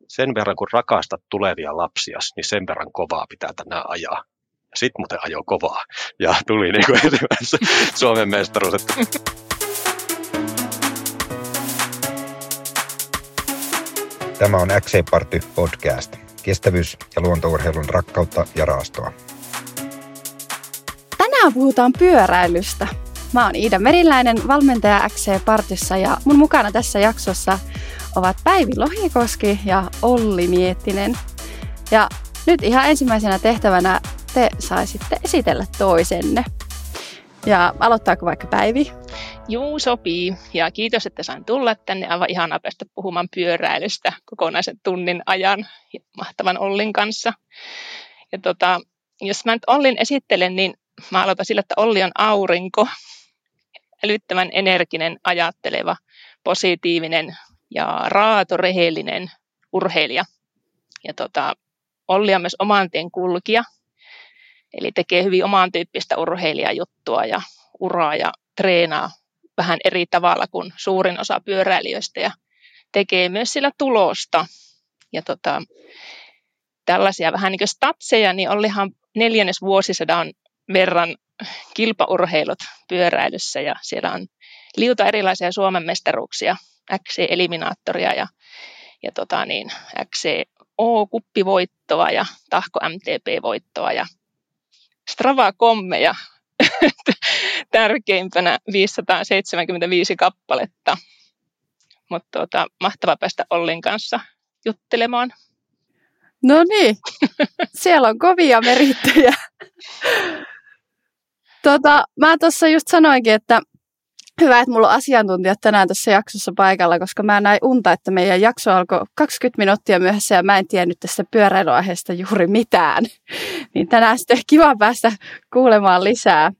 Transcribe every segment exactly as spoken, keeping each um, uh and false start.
sen verran kun rakastat tulevia lapsias, niin sen verran kovaa pitää tänään ajaa. Ja sit muuten ajoi kovaa. Ja tuli niin kuin ensimmäisessä Suomen mestaruus. Tämä on X C-Party podcast. Kestävyys- ja luontourheilun rakkautta ja raastoa. Tänään puhutaan pyöräilystä. Mä oon Iida Meriläinen, valmentaja X C-Partyssa, ja mun mukana tässä jaksossa ovat Päivi Lohikoski ja Olli Miettinen. Ja nyt ihan ensimmäisenä tehtävänä te saisitte esitellä toisenne. Ja aloittaako vaikka Päivi? Juu, sopii. Ja kiitos, että sain tulla tänne. Aivan ihanaa päästä puhumaan pyöräilystä kokonaisen tunnin ajan mahtavan Ollin kanssa. Ja tota, jos mä nyt Ollin esittelen, niin mä aloitan sillä, että Olli on aurinko, älyttömän energinen, ajatteleva, positiivinen ja raato, rehellinen urheilija. Ja tota, Olli on myös oman tien kulkija, eli tekee hyvin oman tyyppistä urheilijajuttua ja uraa ja treenaa vähän eri tavalla kuin suurin osa pyöräilijöistä ja tekee myös sillä tulosta. Ja tota, tällaisia vähän niin kuin statseja, niin Ollihan neljännes vuosisadan verran kilpaurheilut pyöräilyssä ja siellä on liuta erilaisia Suomen mestaruuksia, X C-eliminaattoria ja, ja tota niin, X C O-kuppivoittoa ja Tahko M T P-voittoa ja Strava-kommeja tärkeimpänä viisisataaseitsemänkymmentäviisi kappaletta. Mutta tuota, mahtava päästä Ollin kanssa juttelemaan. No niin, siellä on kovia merittäjiä. Tota, mä tuossa just sanoinkin, että hyvä, että mulla on asiantuntijat tänään tässä jaksossa paikalla, koska mä näin unta, että meidän jakso alkoi kaksikymmentä minuuttia myöhässä ja mä en tiennyt tästä pyöräilyaiheesta juuri mitään. Niin tänään sitten kiva päästä kuulemaan lisää.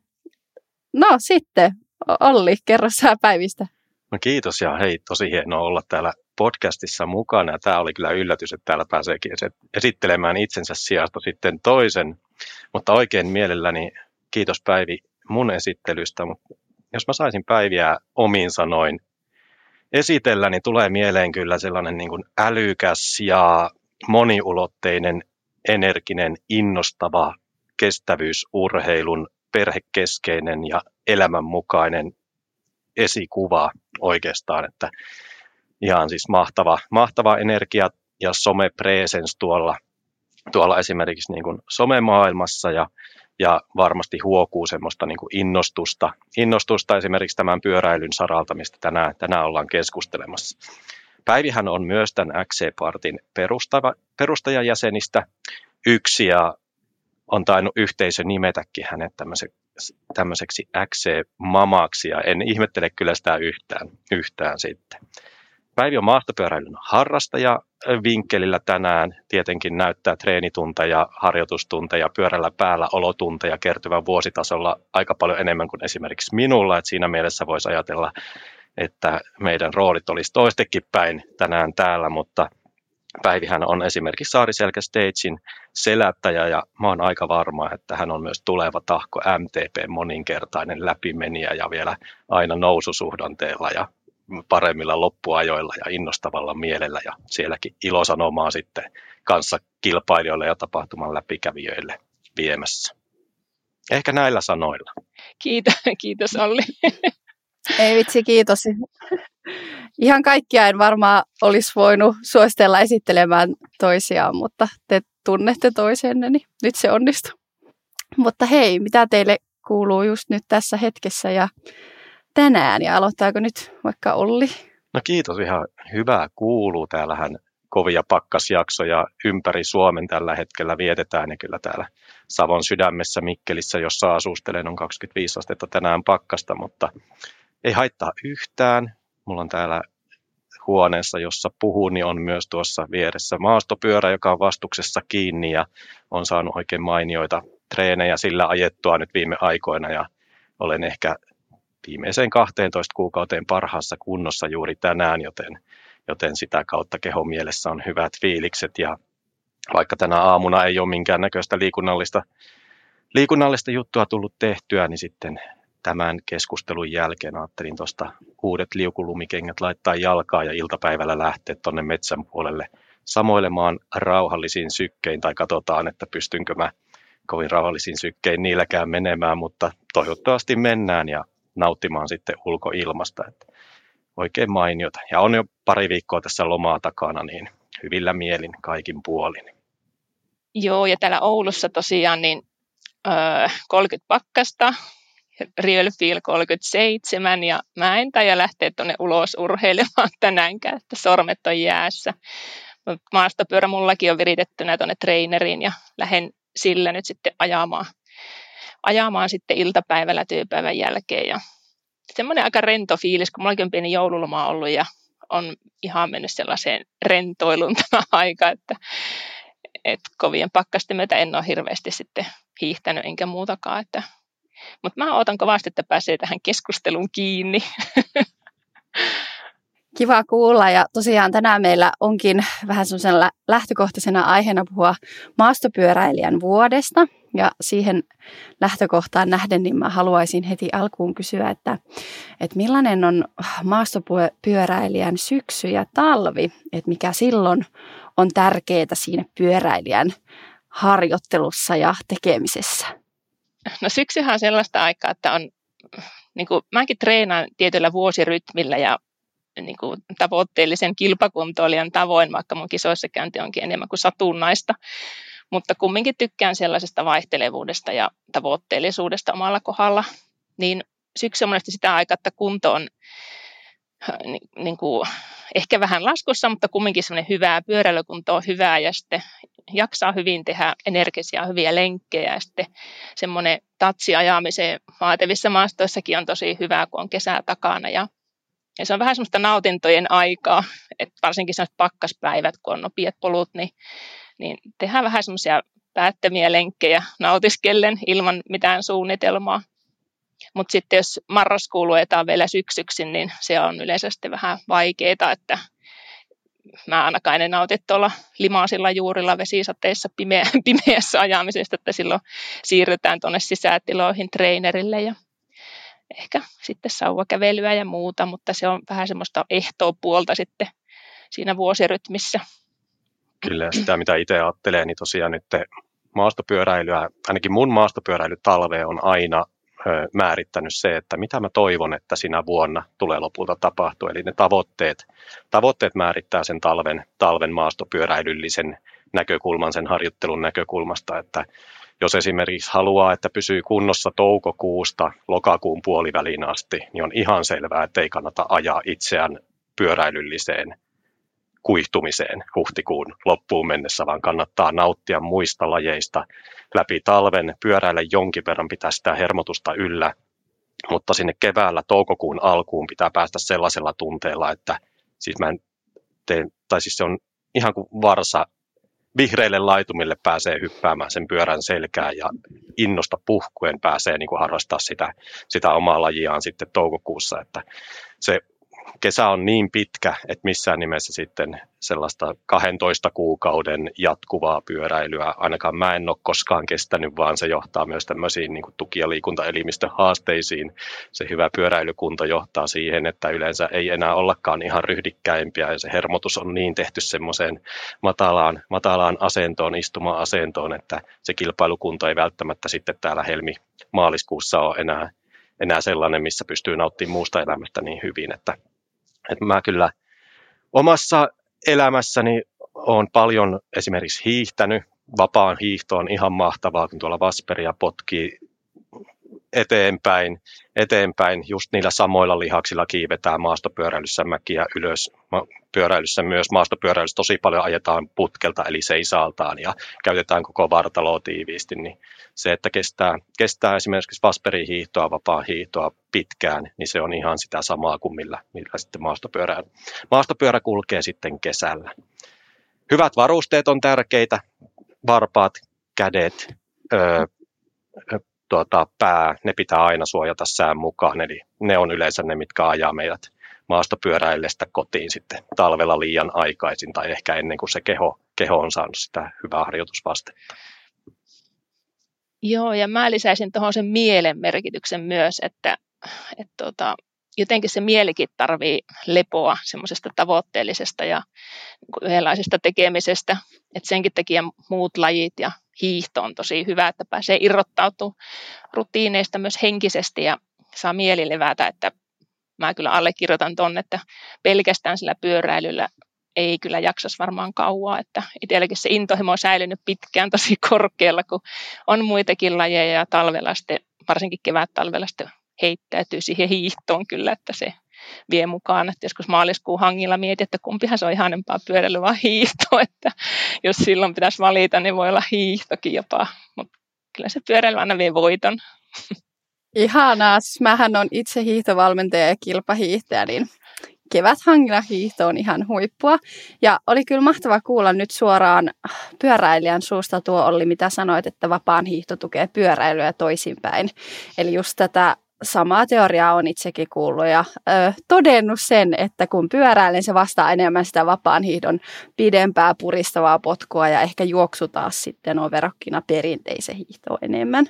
No sitten, Olli, kerro sä Päivistä. No kiitos ja hei, tosi hienoa olla täällä podcastissa mukana. Ja tämä oli kyllä yllätys, että täällä pääseekin esittelemään itsensä sijasta sitten toisen. Mutta oikein mielelläni kiitos Päivi mun esittelystä. Mutta jos mä saisin Päiviä omin sanoin esitellä, niin tulee mieleen kyllä sellainen niin kuin älykäs ja moniulotteinen, energinen, innostava kestävyysurheilun perhekeskeinen ja elämänmukainen esikuva oikeastaan, että ihan siis mahtava, mahtava energia ja some-presence tuolla, tuolla esimerkiksi niin kuin somemaailmassa ja, ja varmasti huokuu semmoista niin kuin innostusta, innostusta esimerkiksi tämän pyöräilyn saralta, mistä tänään, tänään ollaan keskustelemassa. Päivihän on myös tämän X C-Partyn perustajajäsenistä yksi ja on tainnut yhteisö nimetäkin hänet tämmöiseksi X C-mamaksi ja en ihmettele kyllä sitä yhtään, yhtään sitten. Päivi on maastopyöräilyn harrastaja vinkkelillä tänään. Tietenkin näyttää treenitunteja, harjoitustunteja, pyörällä päällä olotunteja kertyvän vuositasolla aika paljon enemmän kuin esimerkiksi minulla. Et siinä mielessä voisi ajatella, että meidän roolit olisi toistekin päin tänään täällä, mutta Päivihän on esimerkiksi Saariselkä Stagein selättäjä ja mä oon aika varma, että hän on myös tuleva Tahko M T P moninkertainen läpimeniä ja vielä aina noususuhdanteella ja paremmilla loppuajoilla ja innostavalla mielellä ja sielläkin ilosanomaa sitten kanssa kilpailijoille ja tapahtuman läpikävijöille viemässä. Ehkä näillä sanoilla. Kiitos, kiitos Olli. Ei vitsi, kiitos. Ihan kaikkia en varmaan olisi voinut suositella esittelemään toisiaan, mutta te tunnette toisenne, niin nyt se onnistuu. Mutta hei, mitä teille kuuluu just nyt tässä hetkessä ja tänään? Ja aloittaako nyt vaikka Olli? No kiitos, ihan hyvää kuuluu. Täällähän kovia pakkasjaksoja ympäri Suomen tällä hetkellä vietetään ja kyllä täällä Savon sydämessä Mikkelissä, jossa asustelen, on kaksikymmentäviisi astetta tänään pakkasta, mutta ei haittaa yhtään. Mulla on täällä huoneessa, jossa puhun, niin on myös tuossa vieressä maastopyörä, joka on vastuksessa kiinni ja on saanut oikein mainioita treenejä sillä ajettua nyt viime aikoina ja olen ehkä viimeiseen kahteentoista kuukauteen parhaassa kunnossa juuri tänään, joten, joten sitä kautta kehon mielessä on hyvät fiilikset ja vaikka tänä aamuna ei ole minkäännäköistä liikunnallista, liikunnallista juttua tullut tehtyä, niin sitten tämän keskustelun jälkeen ajattelin tuosta uudet liukulumikengät laittaa jalkaan ja iltapäivällä lähteä tuonne metsän puolelle samoilemaan rauhallisiin sykkein tai katsotaan, että pystynkö mä kovin rauhallisiin sykkein niilläkään menemään, mutta toivottavasti mennään ja nauttimaan sitten ulkoilmasta. Että oikein mainiota. Ja on jo pari viikkoa tässä lomaa takana, niin hyvillä mielin kaikin puolin. Joo, ja täällä Oulussa tosiaan niin öö, kolmekymmentä pakkasta, real feel kolmekymmentäseitsemän, ja mä en taida lähteä tuonne ulos urheilemaan tänäänkään, että sormet on jäässä. Maastopyörä mullakin on viritettynä tuonne treeneriin, ja lähden sillä nyt sitten ajamaan, ajamaan sitten iltapäivällä työpäivän jälkeen. Ja semmoinen aika rento fiilis, kun mullakin on pieni joululoma ollut, ja on ihan mennyt sellaiseen rentoiluun tämä aika, että et kovien pakkasten myötä en ole hirveästi sitten hiihtänyt enkä muutakaan. Että, mutta mä odotan kovasti, että pääsee tähän keskusteluun kiinni. Kiva kuulla, ja tosiaan tänään meillä onkin vähän semmoisena lähtökohtaisena aiheena puhua maastopyöräilijän vuodesta. Ja siihen lähtökohtaan nähden, niin mä haluaisin heti alkuun kysyä, että, että millainen on maastopyöräilijän syksy ja talvi, että mikä silloin on tärkeää siinä pyöräilijän harjoittelussa ja tekemisessä? No syksyhän on sellaista aikaa, että on, niin kuin, mäkin treenaan tietyllä vuosirytmillä ja niin kuin tavoitteellisen kilpakuntoilijan tavoin, vaikka mun kisoissa käynti onkin enemmän kuin satunnaista. Mutta kumminkin tykkään sellaisesta vaihtelevuudesta ja tavoitteellisuudesta omalla kohdalla. Niin syksy on monesti sitä aikaa, että kunto on niin, niin kuin, ehkä vähän laskussa, mutta kumminkin semmoinen hyvää, pyöräilykunto on hyvää ja sitten jaksaa hyvin tehdä energisia, hyviä lenkkejä. Ja sitten semmoinen tatsi ajamiseen vaativissa maastoissakin on tosi hyvää, kun on kesää takana. Ja, ja se on vähän semmoista nautintojen aikaa, että varsinkin sellaiset pakkaspäivät, kun on nopeat polut, niin niin tehdään vähän semmoisia päättömiä lenkkejä nautiskellen ilman mitään suunnitelmaa. Mutta sitten jos marraskuu luetaan vielä syksyksi, niin se on yleensä sitten vähän vaikeaa, että mä ainakaan en nauti tuolla limaisilla juurilla vesisateissa pimeä, pimeässä ajamisesta, että silloin siirrytään tuonne sisätiloihin treenerille ja ehkä sitten sauvakävelyä ja muuta, mutta se on vähän semmoista ehtoopuolta sitten siinä vuosirytmissä. Kyllä, sitä mitä itse ajattelee, niin tosiaan nyt maastopyöräilyä, ainakin mun maastopyöräilytalve on aina ö, määrittänyt se, että mitä mä toivon, että sinä vuonna tulee lopulta tapahtua. Eli ne tavoitteet, tavoitteet määrittää sen talven, talven maastopyöräilyllisen näkökulman, sen harjoittelun näkökulmasta, että jos esimerkiksi haluaa, että pysyy kunnossa toukokuusta lokakuun puoliväliin asti, niin on ihan selvää, että ei kannata ajaa itseään pyöräilylliseen kuihtumiseen huhtikuun loppuun mennessä, vaan kannattaa nauttia muista lajeista läpi talven, pyöräillä jonkin verran, pitää sitä hermotusta yllä, mutta sinne keväällä toukokuun alkuun pitää päästä sellaisella tunteella, että siis mä en tee, tai siis se on ihan kuin varsa vihreille laitumille pääsee hyppäämään sen pyörän selkään ja innosta puhkuen pääsee niin kuin harrastaa sitä, sitä omaa lajiaan sitten toukokuussa, että se kesä on niin pitkä, että missään nimessä sitten sellaista kahdentoista kuukauden jatkuvaa pyöräilyä, ainakaan mä en ole koskaan kestänyt, vaan se johtaa myös tämmöisiin niin kuin tuki- ja liikuntaelimistön haasteisiin. Se hyvä pyöräilykunto johtaa siihen, että yleensä ei enää ollakaan ihan ryhdikkäimpiä ja se hermotus on niin tehty semmoiseen matalaan, matalaan asentoon, istuma-asentoon, että se kilpailukunto ei välttämättä sitten täällä helmi-maaliskuussa ole enää, enää sellainen, missä pystyy nauttimaan muusta elämästä niin hyvin, että Että mä kyllä omassa elämässäni olen paljon esimerkiksi hiihtänyt. Vapaan hiihto on ihan mahtavaa, kun tuolla Vasperia potkii eteenpäin, eteenpäin. Just niillä samoilla lihaksilla kiivetään maastopyöräilyssä mäkiä ylös. Pyöräilyssä myös maastopyöräilyssä tosi paljon ajetaan putkelta eli seisaaltaan ja käytetään koko vartaloa tiiviisti. Niin se, että kestää, kestää esimerkiksi Vasperin hiihtoa, vapaa hiihtoa pitkään, niin se on ihan sitä samaa kuin millä, millä sitten maastopyörä, maastopyörä kulkee sitten kesällä. Hyvät varusteet on tärkeitä, varpaat, kädet, öö, tuota, pää, ne pitää aina suojata sään mukaan, eli ne on yleensä ne, mitkä ajaa meidät maastopyöräillestä kotiin sitten talvella liian aikaisin tai ehkä ennen kuin se keho, keho on saanut sitä hyvää harjoitusvastetta. Joo, ja mä lisäisin tuohon sen mielen merkityksen myös, että, että tuota, jotenkin se mielikin tarvii lepoa semmoisesta tavoitteellisesta ja yhdenlaisesta tekemisestä, että senkin takia muut lajit ja hiihto on tosi hyvä, että pääsee irrottautumaan rutiineista myös henkisesti ja saa mieli levätä, että mä kyllä allekirjoitan ton, että pelkästään sillä pyöräilyllä ei kyllä jaksas varmaan kauaa, että itselläkin se intohimo on säilynyt pitkään tosi korkealla, kun on muitakin lajeja ja talvella sitten, varsinkin kevät-talvella sitten heittäytyy siihen hiihtoon kyllä, että se vie mukaan, että joskus maaliskuun hangilla mietin, että kumpihan se on ihanempaa pyöräily vai hiihto, että jos silloin pitäisi valita, niin voi olla hiihtokin jopa, mutta kyllä se pyöräily aina vie voiton. Ihanaa, siis mähän on itse hiihtovalmentaja ja kilpahiihtäjä, niin keväthangilla hiihto on ihan huippua. Ja oli kyllä mahtava kuulla nyt suoraan pyöräilijän suusta tuo Olli, mitä sanoit, että vapaan hiihto tukee pyöräilyä toisinpäin. Eli just tätä samaa teoriaa on itsekin kuullut ja ö, todennut sen, että kun pyöräilen, se vastaa enemmän sitä vapaan hiihdon pidempää puristavaa potkua ja ehkä juoksu taas sitten on verrokkina perinteisen hiihtoon enemmän.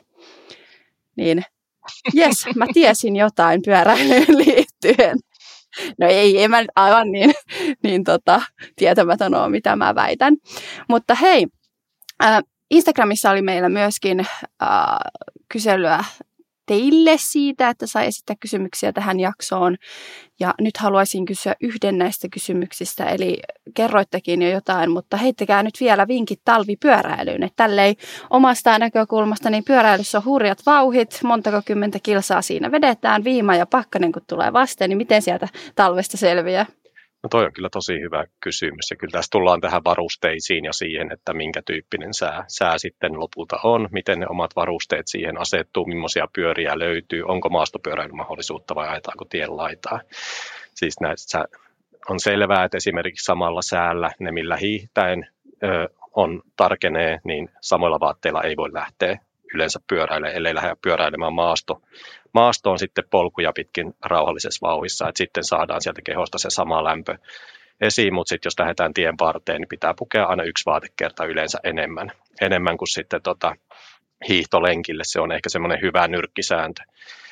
Niin jes, mä tiesin jotain pyöräilyyn liittyen. No ei, en mä nyt aivan niin, niin tota, tietämätön ole, mitä mä väitän. Mutta hei, äh, Instagramissa oli meillä myöskin äh, kyselyä teille siitä, että sai esittää kysymyksiä tähän jaksoon. Ja nyt haluaisin kysyä yhden näistä kysymyksistä, eli kerroittekin jo jotain, mutta heittäkää nyt vielä vinkit talvipyöräilyyn. Että tälleen omasta näkökulmasta niin pyöräilyssä on hurjat vauhit, montako kymmentä kilsaa siinä vedetään, viima ja pakkanen kun tulee vastaan, niin miten sieltä talvesta selviää? No toi on kyllä tosi hyvä kysymys ja kyllä tässä tullaan tähän varusteisiin ja siihen, että minkä tyyppinen sää, sää sitten lopulta on, miten ne omat varusteet siihen asettuu, millaisia pyöriä löytyy, onko maastopyöräilymahdollisuutta vai ajetaanko tien laitaa. Siis näissä on selvää, että esimerkiksi samalla säällä ne millä hiihtäen ö, on tarkenee, niin samoilla vaatteilla ei voi lähteä yleensä pyöräilemään, ellei lähde pyöräilemään maasto. Maasto on sitten polkuja pitkin rauhallisessa vauhissa, että sitten saadaan sieltä kehosta se sama lämpö esiin, mutta sitten jos lähdetään tien varteen, niin pitää pukea aina yksi vaatekerta yleensä enemmän, enemmän kuin sitten tota hiihtolenkille. Se on ehkä semmoinen hyvä nyrkkisääntö.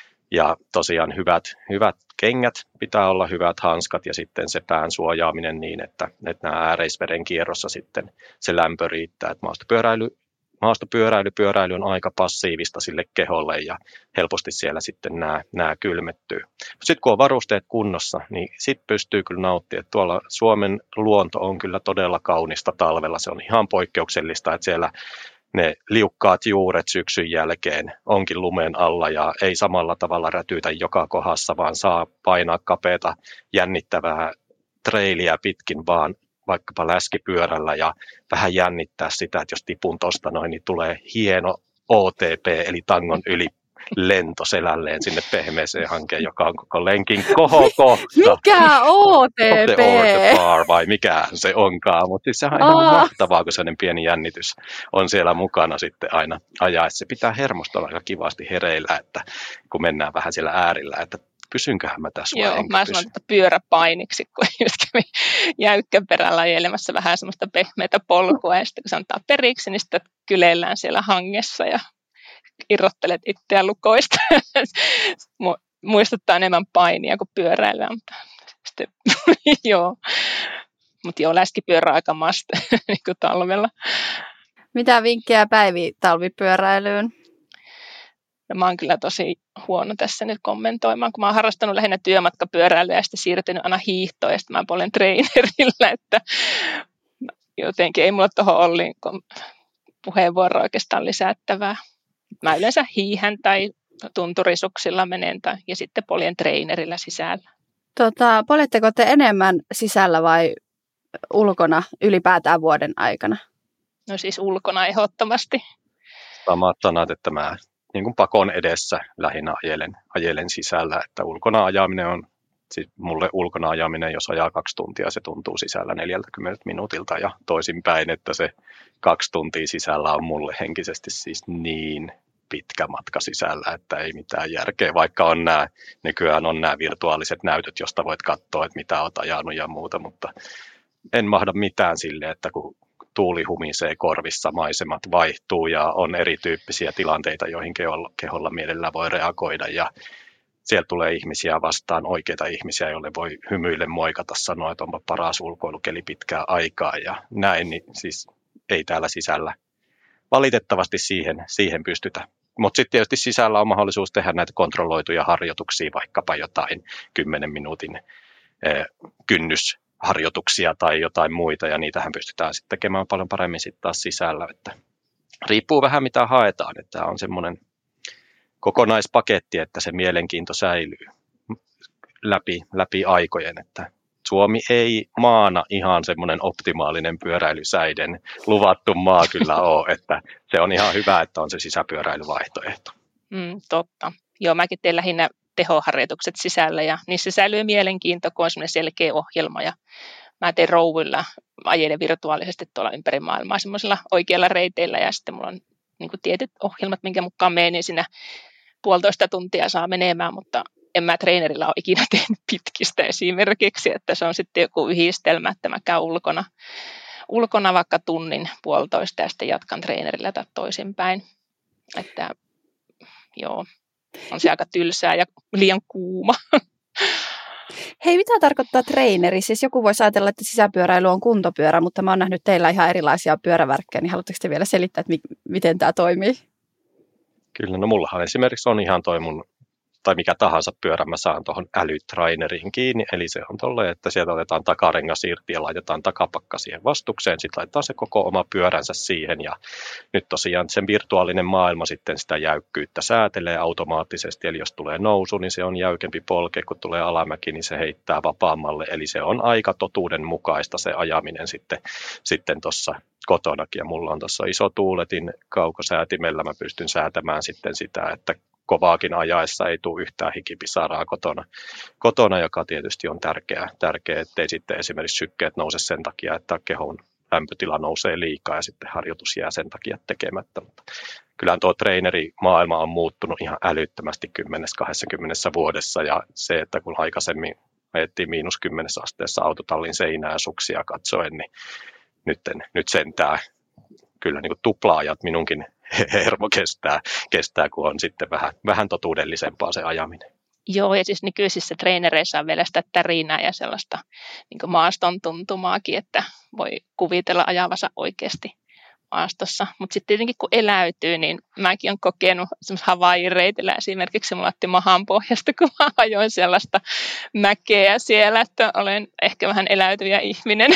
Ja tosiaan hyvät, hyvät kengät, pitää olla hyvät hanskat ja sitten se pään suojaaminen niin, että, että nämä ääreisveden kierrossa sitten se lämpö riittää. Että maastopyöräily Maastopyöräily, pyöräily on aika passiivista sille keholle ja helposti siellä sitten nämä, nämä kylmettyy. Sitten kun on varusteet kunnossa, niin sitten pystyy kyllä nauttimaan. Tuolla Suomen luonto on kyllä todella kaunista talvella. Se on ihan poikkeuksellista, että siellä ne liukkaat juuret syksyn jälkeen onkin lumen alla ja ei samalla tavalla rätytä joka kohdassa, vaan saa painaa kapeata jännittävää treiliä pitkin vaan vaikkapa läskipyörällä ja vähän jännittää sitä, että jos tipun tuosta noin, niin tulee hieno O T P, eli tangon yli lento selälleen sinne pehmeeseen hankeen, joka on koko lenkin kohokohta. Mikä O T P? Over the bar, vai mikä se onkaan, mutta siis sehän on ihan oh. mahtavaa, kun sellainen pieni jännitys on siellä mukana sitten aina ajaa. Se pitää hermostolla aika kivasti hereillä, että kun mennään vähän siellä äärillä, että pysynköhän mä tässä Joo, vai mä sanon, että pyöräpainiksi, kun just kävin jäykkäperällä ajelemassa vähän semmoista pehmeätä polkua, ja sitten kun se antaa periksi, niin sitten kyleillään siellä hangessa ja irrottelet itseään lukoista. Muistuttaa enemmän painia kuin pyöräilyä, mutta sitten, joo. Mutta joo, läskipyörä aika must niin kuin talvella. Mitä vinkkejä Päivi talvipyöräilyyn? No, mä oon kyllä tosi huono tässä nyt kommentoimaan, kun mä oon harrastanut lähinnä työmatkapyöräilyä ja sitten siirtynyt aina hiihtoon ja sitten mä olen trainerillä, että jotenkin ei mulla tuohon Ollin puheenvuoro oikeastaan lisättävää. Mä yleensä hiihän tai tunturisuksilla menen tai, ja sitten poljen trainerillä sisällä. Tota, poljetteko te enemmän sisällä vai ulkona ylipäätään vuoden aikana? No siis ulkona ehdottomasti. Samat sanat, että mä niin kuin pakon edessä lähinnä ajelen, ajelen sisällä, että ulkona ajaminen on, siis mulle ulkona ajaminen, jos ajaa kaksi tuntia, se tuntuu sisällä neljäkymmentä minuutilta ja toisinpäin, että se kaksi tuntia sisällä on mulle henkisesti siis niin pitkä matka sisällä, että ei mitään järkeä, vaikka on nämä, nykyään on nämä virtuaaliset näytöt, josta voit katsoa, että mitä olet ajanut ja muuta, mutta en mahda mitään sille, että kun tuuli humisee korvissa, maisemat vaihtuu ja on erityyppisiä tilanteita, joihin keholla, keholla mielellä voi reagoida ja siellä tulee ihmisiä vastaan, oikeita ihmisiä, joille voi hymyille moikata, sanoa, että onpa paras ulkoilukeli pitkään aikaa ja näin, niin siis ei täällä sisällä valitettavasti siihen, siihen pystytä. Mutta sitten tietysti sisällä on mahdollisuus tehdä näitä kontrolloituja harjoituksia, vaikkapa jotain kymmenen minuutin eh, kynnysharjoituksia tai jotain muita, ja niitähän pystytään sitten tekemään paljon paremmin sitten taas sisällä. Että riippuu vähän mitä haetaan, että on semmoinen kokonaispaketti, että se mielenkiinto säilyy läpi, läpi aikojen, että Suomi ei maana ihan semmoinen optimaalinen pyöräilysäiden luvattu maa kyllä ole, että se on ihan hyvä, että on se sisäpyöräilyvaihtoehto. Mm, totta. Joo, mäkin teen lähinnä tehoharjoitukset sisällä ja niissä säilyy mielenkiinto, kun on semmoinen selkeä ohjelma ja mä teen rouvilla, ajelen virtuaalisesti tuolla ympäri maailmaa semmoisilla oikeilla reiteillä ja sitten mulla on niin kuin tietyt ohjelmat, minkä mukaan menen, niin siinä puolitoista tuntia saa menemään, mutta en mä treenerillä ole ikinä tehnyt pitkistä esimerkiksi, että se on sitten joku yhdistelmä, että mä käyn ulkona, ulkona vaikka tunnin puolitoista ja sitten jatkan treenerillä tai toisinpäin. Että joo, on se aika tylsää ja liian kuuma. Hei, mitä tarkoittaa treeneri? Siis joku voisi ajatella, että sisäpyöräily on kuntopyörä, mutta mä oon nähnyt teillä ihan erilaisia pyörävärkkejä, niin haluatteko te vielä selittää, että mi- miten tämä toimii? Kyllä, no mullahan esimerkiksi on ihan toi mun, tai mikä tahansa pyörä, mä saan tuohon älytraineriin kiinni, eli se on tolleen, että sieltä otetaan takarengas irti ja laitetaan takapakka siihen vastukseen, sitten laitetaan se koko oma pyöränsä siihen, ja nyt tosiaan sen virtuaalinen maailma sitten sitä jäykkyyttä säätelee automaattisesti, eli jos tulee nousu, niin se on jäykempi polke, kun tulee alamäki, niin se heittää vapaammalle, eli se on aika totuudenmukaista se ajaminen sitten sitten tuossa kotonakin, ja mulla on tuossa iso tuuletin kaukosäätimellä, mä pystyn säätämään sitten sitä, että kovaakin ajaessa ei tule yhtään hikipisaraa kotona, kotona joka tietysti on tärkeää, tärkeää, ettei sitten esimerkiksi sykkeet nouse sen takia, että kehon lämpötila nousee liikaa ja sitten harjoitus jää sen takia tekemättä. Mutta kyllähän tuo treenerimaailma on muuttunut ihan älyttömästi kymmenen kaksikymmentä vuodessa ja se, että kun aikaisemmin ajettiin miinus kymmenessä asteessa autotallin seinää ja suksia katsoen, niin nyt, nyt sentään kyllä niin kuin tupla-ajat minunkin hermo kestää, kestää, kun on sitten vähän, vähän totuudellisempaa se ajaminen. Joo, ja siis nykyisissä treenereissä on vielä sitä tärinää ja sellaista niin kuin maaston tuntumaakin, että voi kuvitella ajavansa oikeasti maastossa. Mutta sitten tietenkin kun eläytyy, niin mäkin olen kokenut semmoisen Hawaii-reitillä esimerkiksi, mulla otti mahan pohjasta, kun mä ajoin sellaista mäkeä siellä, että olen ehkä vähän eläytyjä ihminen.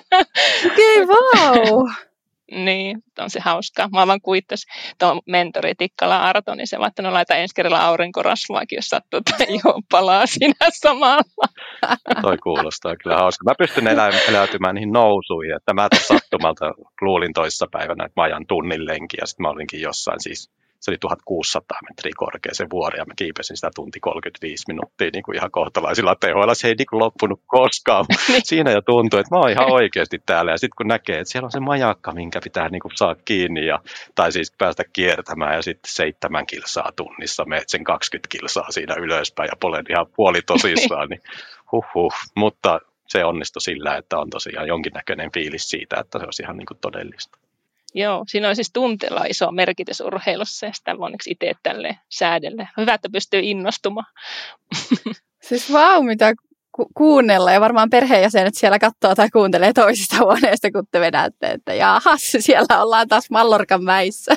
Okei, okay, wow! Niin, on se hauskaa. Mä vaan kuittas tuon mentori Tikkala Arto, niin se vaattanut laita ensi kerralla aurinkorasvaakin, jos sattuu, että iho palaa siinä samalla. Toi kuulostaa kyllä hauskaa. Mä pystyn elä, eläytymään niihin nousuihin, että mä tuossa sattumalta luulin toissapäivänä, että mä ajan tunnin lenkin ja sitten mä olinkin jossain siis. Se oli tuhatkuusisataa metriä korkea se vuori ja mä kiipesin sitä tunti kolmekymmentäviisi minuuttia niin kuin ihan kohtalaisilla tehoilla. Se ei niin kuin loppunut koskaan. Siinä jo tuntui, että mä oon ihan oikeasti täällä. Ja sitten kun näkee, että siellä on se majakka, minkä pitää niin kuin saa kiinni ja, tai siis päästä kiertämään ja sitten seitsemän kilsaa tunnissa meet sen kaksikymmentä kilsaa siinä ylöspäin ja polen ihan puoli tosissaan, niin huhhuh. Mutta se onnistui sillä, että on tosiaan jonkinnäköinen fiilis siitä, että se olisi ihan niin kuin todellista. Joo, siinä on siis tunteella iso merkitys urheilussa ja sitä onneksi itse tälleen säädellä. Hyvä, että pystyy innostumaan. Siis vau, mitä ku- kuunnella ja varmaan perheenjäsenet siellä katsoo tai kuuntelee toisista huoneista, kun te vedätte, että jaahas, siellä ollaan taas Mallorcan mäissä.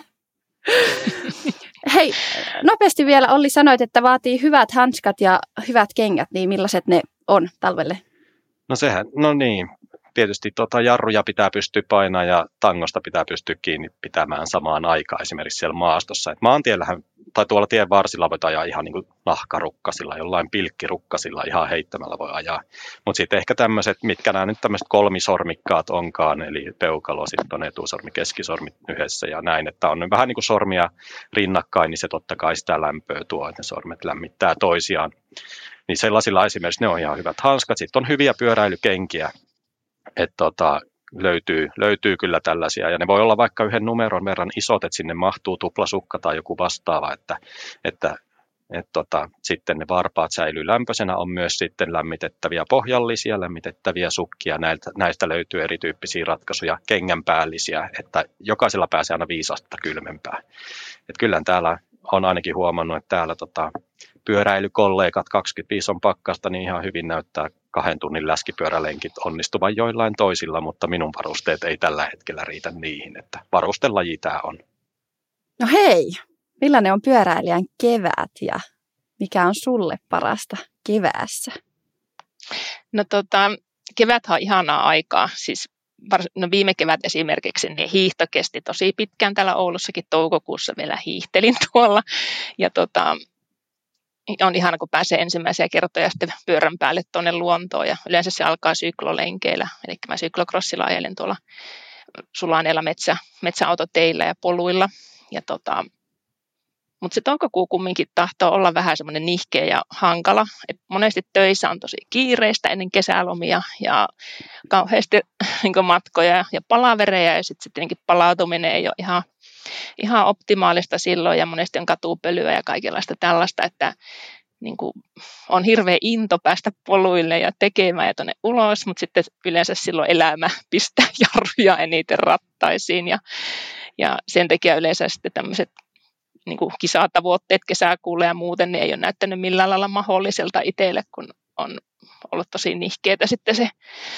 Hei, nopeasti vielä Olli sanoit, että vaatii hyvät hanskat ja hyvät kengät, niin millaiset ne on talvelle? No sehän, no niin. Tietysti tuota jarruja pitää pystyä painamaan ja tangosta pitää pystyä kiinni pitämään samaan aikaan esimerkiksi siellä maastossa. Et maantiellähän tai tuolla tien varsilla voi ajaa ihan niin kuin nahkarukkasilla, jollain pilkkirukkasilla ihan heittämällä voi ajaa. Mutta sitten ehkä tämmöiset, mitkä nämä nyt tämmöiset kolmisormikkaat onkaan, eli peukalo, sitten on etusormi, keskisormi yhdessä ja näin, että on vähän niin kuin sormia rinnakkain, niin se totta kai sitä lämpöä tuo, että ne sormet lämmittää toisiaan. Niin sellaisilla esimerkiksi ne on ihan hyvät hanskat. Sitten on hyviä pyöräilykenkiä. Että tota, löytyy, löytyy kyllä tällaisia, ja ne voi olla vaikka yhden numeron verran isot, että sinne mahtuu tuplasukka tai joku vastaava, että, että et tota, sitten ne varpaat säilyy lämpöisenä, on myös sitten lämmitettäviä pohjallisia, lämmitettäviä sukkia, näiltä, näistä löytyy erityyppisiä ratkaisuja, kengänpäällisiä, että jokaisella pääsee aina viisi astetta kylmempää. Et kyllähän täällä olen ainakin huomannut, että täällä tota, pyöräilykollegat kaksikymmentäviisi on pakkasta, niin ihan hyvin näyttää kahden tunnin läskipyörälenkit onnistuvan joillain toisilla, mutta minun varusteet ei tällä hetkellä riitä niihin, että varustelaji tämä on. No hei, millainen on pyöräilijän kevät ja mikä on sulle parasta keväässä? No tota, keväthän on ihanaa aikaa, siis no viime kevät esimerkiksi niin hiihto kesti tosi pitkään täällä Oulussakin, toukokuussa vielä hiihtelin tuolla ja tota, on ihana, kun pääsee ensimmäisiä kertoja sitten pyörän päälle tuonne luontoon ja yleensä se alkaa syklolenkeillä, eli mä syklokrossilla ajelen tuolla sulaneilla metsä, metsäautoteillä ja poluilla ja tota, mutta se toukokuu kumminkin tahtoo olla vähän semmoinen nihkeä ja hankala. Et monesti töissä on tosi kiireistä ennen kesälomia ja kauheasti niin matkoja ja palavereja ja sitten tietenkin palautuminen ei ole ihan, ihan optimaalista silloin ja monesti on katupölyä ja kaikenlaista tällaista, että niin kuin on hirveä into päästä poluille ja tekemään ja tuonne ulos, mutta sitten yleensä silloin elämä pistää jarruja eniten rattaisiin ja, ja sen takia yleensä sitten tämmöiset niin kuin kisatavoitteet kesäkuulle ja muuten, niin ei ole näyttänyt millään lailla mahdolliselta itselle, kun on ollut tosi nihkeetä sitten se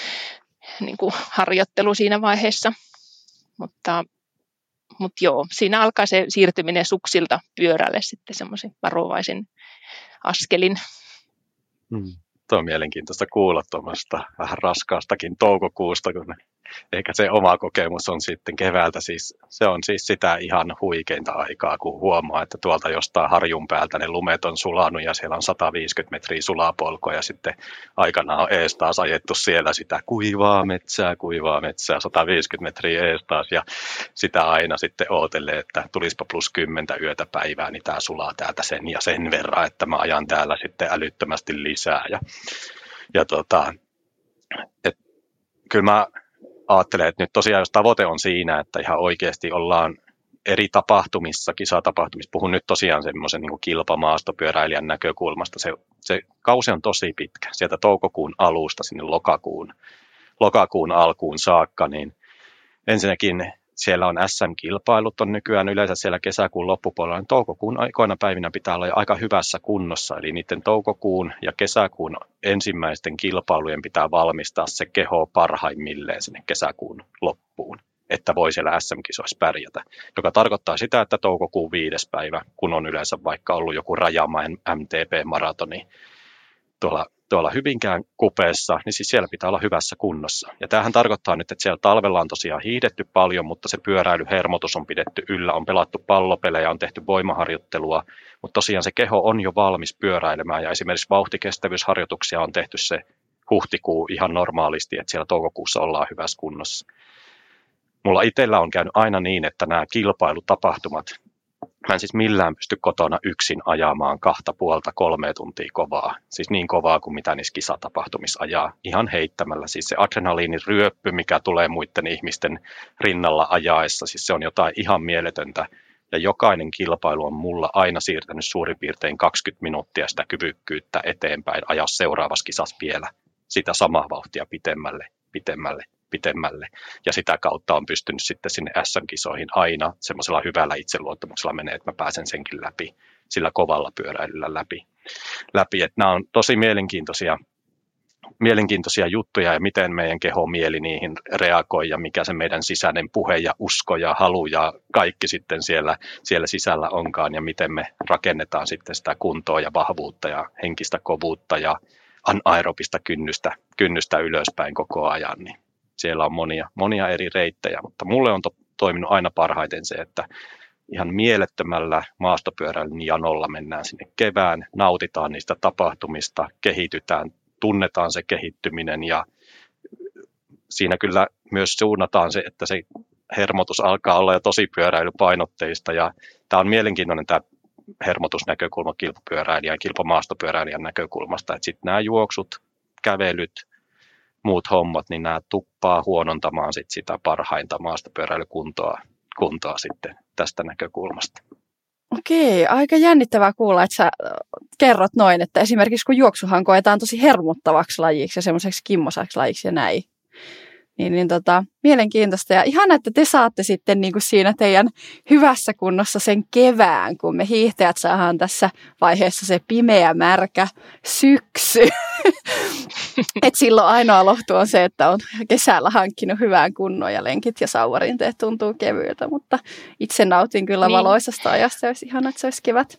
niin kuin harjoittelu siinä vaiheessa. Mutta, mutta joo, siinä alkaa se siirtyminen suksilta pyörälle sitten semmoisin varovaisin askelin. Hmm. Tuo on mielenkiintoista kuulla tuommoista vähän raskaastakin toukokuusta, kun eikä se oma kokemus on sitten keväältä. Siis, se on siis sitä ihan huikeinta aikaa, kun huomaa, että tuolta jostain harjun päältä ne lumet on sulanut ja siellä on sata viisikymmentä metriä sulapolkoa ja sitten aikanaan on ees taas ajettu siellä sitä kuivaa metsää, kuivaa metsää, sata viisikymmentä metriä ees taas ja sitä aina sitten ootelee, että tulispa plus kymmentä yötä päivää, niin tämä sulaa täältä sen ja sen verran, että mä ajan täällä sitten älyttömästi lisää ja, ja tota, et, kyllä mä ajattelen, että nyt tosiaan jos tavoite on siinä, että ihan oikeasti ollaan eri tapahtumissa, kisatapahtumissa, puhun nyt tosiaan semmoisen niin kuin kilpamaastopyöräilijän näkökulmasta, se, se kausi on tosi pitkä, sieltä toukokuun alusta sinne lokakuun, lokakuun alkuun saakka, niin ensinnäkin siellä on äs äm-kilpailut on nykyään yleensä siellä kesäkuun loppupuolella, niin toukokuun aikoina päivinä pitää olla jo aika hyvässä kunnossa, eli niiden toukokuun ja kesäkuun ensimmäisten kilpailujen pitää valmistaa se keho parhaimmilleen sinne kesäkuun loppuun, että voi siellä äs äm-kisoissa pärjätä, joka tarkoittaa sitä, että toukokuun viides päivä, kun on yleensä vaikka ollut joku Rajamäen äm tee pee-maratoni tuolla tuolla Hyvinkään kupeessa, niin siis siellä pitää olla hyvässä kunnossa. Ja tämähän tarkoittaa nyt, että siellä talvella on tosiaan hiihdetty paljon, mutta se pyöräilyhermotus on pidetty yllä, on pelattu pallopelejä, on tehty voimaharjoittelua, mutta tosiaan se keho on jo valmis pyöräilemään ja esimerkiksi vauhtikestävyysharjoituksia on tehty se huhtikuu ihan normaalisti, että siellä toukokuussa ollaan hyvässä kunnossa. Mulla itsellä on käynyt aina niin, että nämä kilpailutapahtumat, mä en siis millään pysty kotona yksin ajamaan kahta puolta kolme tuntia kovaa. Siis niin kovaa kuin mitä niissä kisatapahtumissa ajaa. Ihan heittämällä. Siis se adrenaliiniryöppy, mikä tulee muiden ihmisten rinnalla ajaessa. Siis se on jotain ihan mieletöntä. Ja jokainen kilpailu on mulla aina siirtänyt suurin piirtein kaksikymmentä minuuttia sitä kyvykkyyttä eteenpäin. Ajaa seuraavassa kisassa vielä sitä samaa vauhtia pitemmälle, pitemmälle. pitemmälle, ja sitä kautta on pystynyt sitten sinne äs äm-kisoihin aina semmoisella hyvällä itseluottamuksella menee, että mä pääsen senkin läpi, sillä kovalla pyöräilyllä läpi. läpi. Että nämä on tosi mielenkiintoisia, mielenkiintoisia juttuja, ja miten meidän keho mieli niihin reagoi, ja mikä se meidän sisäinen puhe ja usko ja halu ja kaikki sitten siellä, siellä sisällä onkaan, ja miten me rakennetaan sitten sitä kuntoa ja vahvuutta ja henkistä kovuutta ja anaerobista kynnystä, kynnystä ylöspäin koko ajan, niin siellä on monia, monia eri reittejä, mutta mulle on to, toiminut aina parhaiten se, että ihan mielettömällä maastopyöräilyn janolla mennään sinne kevään, nautitaan niistä tapahtumista, kehitytään, tunnetaan se kehittyminen ja siinä kyllä myös suunnataan se, että se hermotus alkaa olla jo tosi pyöräilypainotteista ja tämä on mielenkiintoinen tämä hermotusnäkökulma kilpapyöräilijän ja kilpamaastopyöräilijän näkökulmasta, että sitten nämä juoksut, kävelyt, muut hommat, niin nämä tuppaa huonontamaan sit sitä parhainta maastopyöräilykuntoa kuntoa sitten tästä näkökulmasta. Okei, aika jännittävää kuulla, että sä kerrot noin, että esimerkiksi kun juoksuhan koetaan tosi hermottavaksi lajiksi ja semmoiseksi kimmosaksi lajiksi ja näin. Niin, niin tota, mielenkiintoista ja ihana, että te saatte sitten niin kuin siinä teidän hyvässä kunnossa sen kevään, kun me hiihtäjät saadaan tässä vaiheessa se pimeä, märkä syksy. Et silloin ainoa lohtu on se, että on kesällä hankkinut hyvän kunnon ja lenkit ja sauvarinteet tuntuu kevyiltä, mutta itse nautin kyllä niin valoisasta ajasta ja olisi ihana, että se olisi kevät.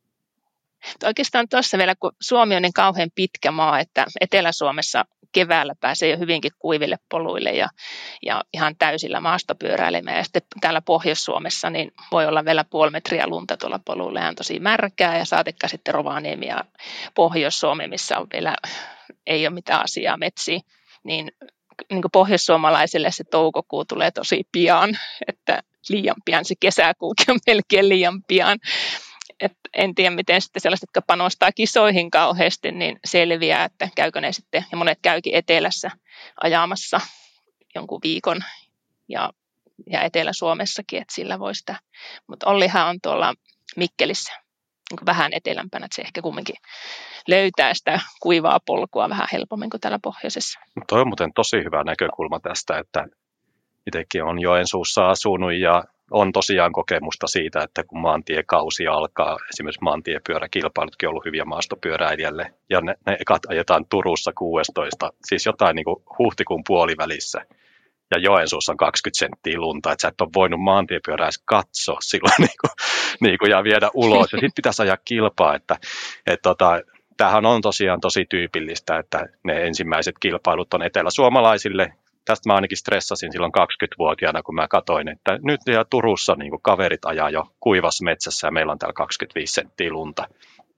Oikeastaan tuossa vielä, kun Suomi on niin kauhean pitkä maa, että Etelä-Suomessa keväällä pääsee jo hyvinkin kuiville poluille ja, ja ihan täysillä maastopyöräilemään. Ja sitten täällä Pohjois-Suomessa niin voi olla vielä puoli metriä lunta tuolla poluilla ja on tosi märkää. Ja saatikka sitten Rovaniemi ja Pohjois-Suomi, missä on vielä, ei ole mitään asiaa metsiä, niin, niin kuin pohjoissuomalaisille se toukokuu tulee tosi pian, että liian pian se kesäkuukin on melkein liian pian. Et en tiedä, miten sitten sellaiset, jotka panostaa kisoihin kauheasti, niin selviää, että käykö ne sitten, ja monet käykin etelässä ajamassa jonkun viikon ja, ja Etelä-Suomessakin, että sillä voi sitä. Mutta Ollihan on tuolla Mikkelissä niin kuin vähän etelämpänä, että se ehkä kumminkin löytää sitä kuivaa polkua vähän helpommin kuin täällä pohjoisessa. Tuo on muuten tosi hyvä näkökulma tästä, että itsekin on Joensuussa asunut ja on tosiaan kokemusta siitä, että kun maantiekausi alkaa, esimerkiksi maantiepyöräkilpailutkin on ollut hyviä maastopyöräilijälle, ja ne, ne ekat ajetaan Turussa kuusitoista, siis jotain niin kuin huhtikuun puolivälissä, ja Joensuussa on kaksikymmentä senttiä lunta, että sä et ole voinut maantiepyörää edes katsoa silloin niin kuin, niin kuin, ja viedä ulos, ja sitten pitäisi ajaa kilpaa, että et, tota, tämähän on tosiaan tosi tyypillistä, että ne ensimmäiset kilpailut on eteläsuomalaisille. Tästä mä ainakin stressasin silloin kaksikymmentävuotiaana, kun mä katsoin, että nyt ja Turussa niin kuin kaverit ajaa jo kuivassa metsässä ja meillä on täällä kaksikymmentäviisi senttiä lunta.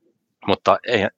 Mutta ei,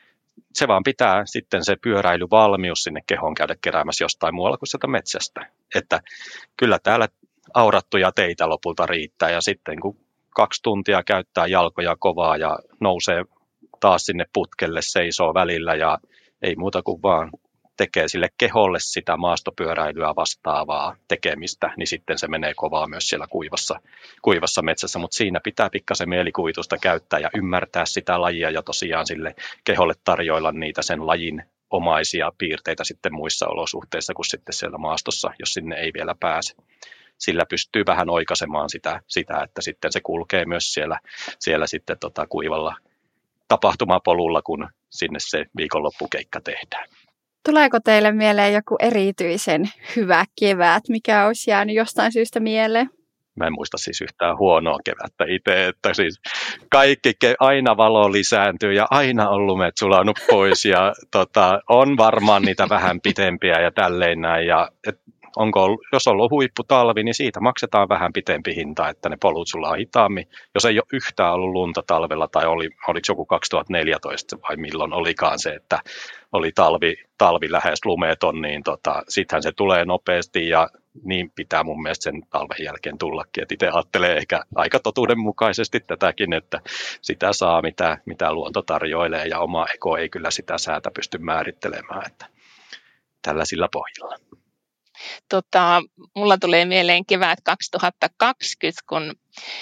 se vaan pitää sitten se pyöräilyvalmius sinne kehoon käydä keräämässä jostain muualla kuin sieltä metsästä. Että kyllä täällä aurattuja teitä lopulta riittää ja sitten kun kaksi tuntia käyttää jalkoja kovaa ja nousee taas sinne putkelle, seisoo välillä ja ei muuta kuin vaan tekee sille keholle sitä maastopyöräilyä vastaavaa tekemistä, niin sitten se menee kovaa myös siellä kuivassa, kuivassa metsässä, mutta siinä pitää pikkasen mielikuvitusta käyttää ja ymmärtää sitä lajia ja tosiaan sille keholle tarjoilla niitä sen lajin omaisia piirteitä sitten muissa olosuhteissa kuin sitten siellä maastossa, jos sinne ei vielä pääse. Sillä pystyy vähän oikaisemaan sitä, sitä että sitten se kulkee myös siellä, siellä sitten tota kuivalla tapahtumapolulla, kun sinne se viikonloppukeikka tehdään. Tuleeko teille mieleen joku erityisen hyvä kevät, mikä olisi jäänyt jostain syystä mieleen? Mä en muista siis yhtään huonoa kevättä itse, että siis kaikki, aina valo lisääntyy ja aina on lumet sulanut pois ja tota, on varmaan niitä vähän pitempiä ja tälleen näin. Ja, et, onko ollut, jos on ollut huipputalvi, niin siitä maksetaan vähän pitempi hinta, että ne polut sulaa hitaammin. Jos ei ole yhtään ollut lunta talvella tai oli, oliko joku kaksituhattaneljätoista vai milloin olikaan se, että oli talvi, talvi lähes lumeton, niin tota, sittenhän se tulee nopeasti ja niin pitää mun mielestä sen talven jälkeen tullakin. Et itse ajattelee ehkä aika totuudenmukaisesti tätäkin, että sitä saa mitä, mitä luonto tarjoilee ja oma eko ei kyllä sitä säätä pysty määrittelemään, että tällaisilla pohjilla. Tota, mulla tulee mieleen kevät kaksituhattakaksikymmentä, kun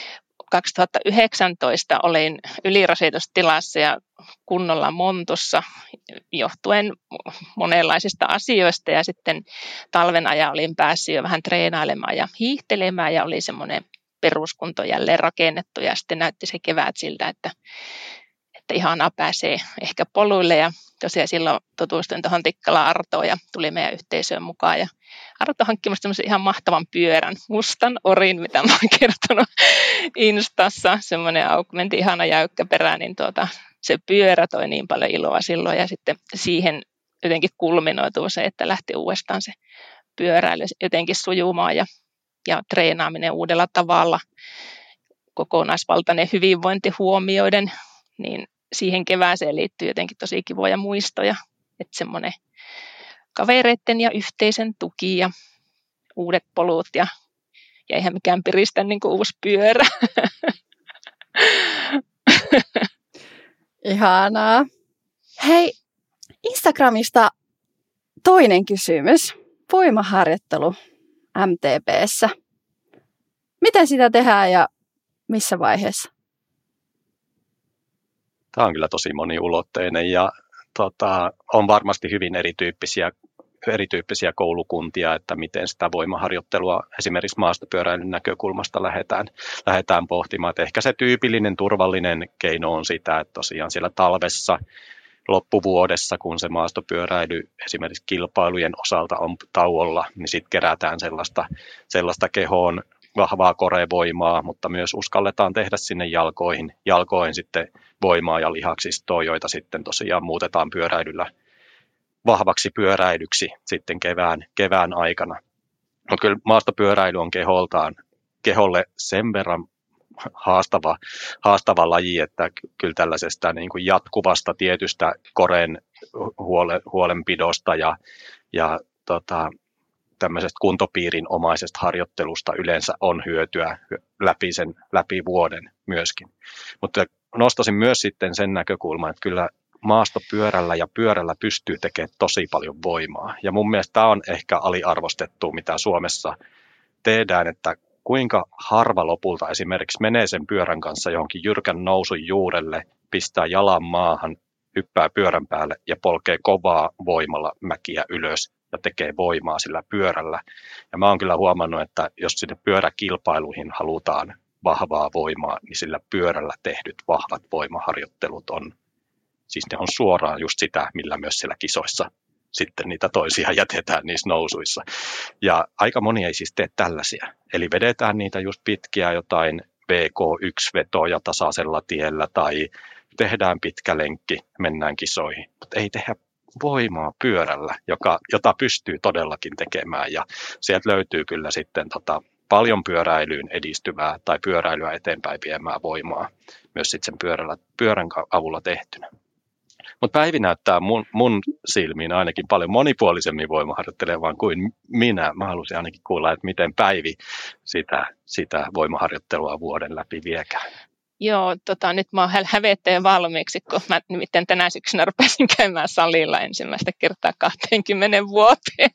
kaksituhattayhdeksäntoista olin ylirasitustilassa ja kunnolla montussa johtuen monenlaisista asioista ja sitten talven ajan olin päässyt jo vähän treenailemaan ja hiihtelemään ja oli semmoinen peruskunto jälleen rakennettu ja sitten näytti se kevät siltä, että, että ihanaa pääsee ehkä poluille ja tosiaan silloin tutustuin tuohon Tikkalan Artoon ja tuli meidän yhteisöön mukaan ja Arto hankki minusta semmoisen ihan mahtavan pyörän, mustan orin, mitä mä oon kertonut Instassa, semmoinen augmentti ihana jäykkä perä, niin tuota, se pyörä toi niin paljon iloa silloin ja sitten siihen jotenkin kulminoituu se, että lähti uudestaan se pyöräily jotenkin sujumaan ja, ja treenaaminen uudella tavalla, kokonaisvaltainen hyvinvointi huomioiden, niin siihen kevääseen liittyy jotenkin tosi kivoja muistoja, että semmoinen kavereiden ja yhteisen tuki ja uudet polut ja, ja eihän mikään piristä niin kuin uusi pyörä. Ihanaa. Hei, Instagramista toinen kysymys. Voimaharjoittelu M T P:ssä. Miten sitä tehdään ja missä vaiheessa? Tämä on kyllä tosi moniulotteinen ja tota, on varmasti hyvin erityyppisiä erityyppisiä koulukuntia, että miten sitä voimaharjoittelua esimerkiksi maastopyöräilyn näkökulmasta lähdetään, lähdetään pohtimaan. Että ehkä se tyypillinen turvallinen keino on sitä, että tosiaan siellä talvessa, loppuvuodessa, kun se maastopyöräily esimerkiksi kilpailujen osalta on tauolla, niin sitten kerätään sellaista, sellaista kehoon vahvaa korevoimaa, mutta myös uskalletaan tehdä sinne jalkoihin, jalkoihin sitten voimaa ja lihaksistoa, joita sitten tosiaan muutetaan pyöräilyllä vahvaksi pyöräilyksi sitten kevään, kevään aikana. Mutta kyllä maastopyöräily on keholtaan, keholle sen verran haastava, haastava laji, että kyllä tällaisesta niin kuin jatkuvasta tietystä koren huole, huolenpidosta ja, ja tota, tämmöisestä kuntopiirin omaisesta harjoittelusta yleensä on hyötyä läpi, sen, läpi vuoden myöskin. Mutta nostaisin myös sitten sen näkökulman, että kyllä maastopyörällä ja pyörällä pystyy tekemään tosi paljon voimaa. Ja mun mielestä tämä on ehkä aliarvostettu, mitä Suomessa tehdään, että kuinka harva lopulta esimerkiksi menee sen pyörän kanssa johonkin jyrkän nousun juurelle, pistää jalan maahan, hyppää pyörän päälle ja polkee kovaa voimalla mäkiä ylös ja tekee voimaa sillä pyörällä. Ja mä oon kyllä huomannut, että jos sinne pyöräkilpailuihin halutaan vahvaa voimaa, niin sillä pyörällä tehdyt vahvat voimaharjoittelut on, siis ne on suoraan just sitä, millä myös siellä kisoissa sitten niitä toisia jätetään niissä nousuissa. Ja aika moni ei siis tee tällaisia. Eli vedetään niitä just pitkiä jotain V K yksi-vetoja tasaisella tiellä tai tehdään pitkä lenkki, mennään kisoihin. Mutta ei tehdä voimaa pyörällä, joka, jota pystyy todellakin tekemään. Ja sieltä löytyy kyllä sitten tota, paljon pyöräilyyn edistyvää tai pyöräilyä eteenpäin viemään voimaa myös sitten sen pyörällä, pyörän avulla tehtynä. Mutta Päivi näyttää mun, mun silmiin ainakin paljon monipuolisemmin voimaharjoittelevan kuin minä. Mä haluaisin ainakin kuulla, että miten Päivi sitä, sitä voimaharjoittelua vuoden läpi viekään. Joo, tota, nyt mä oon hävettäjä valmiiksi, kun mä nimittäin tänä syksynä rupesin käymään salilla ensimmäistä kertaa kaksikymmentä vuoteen.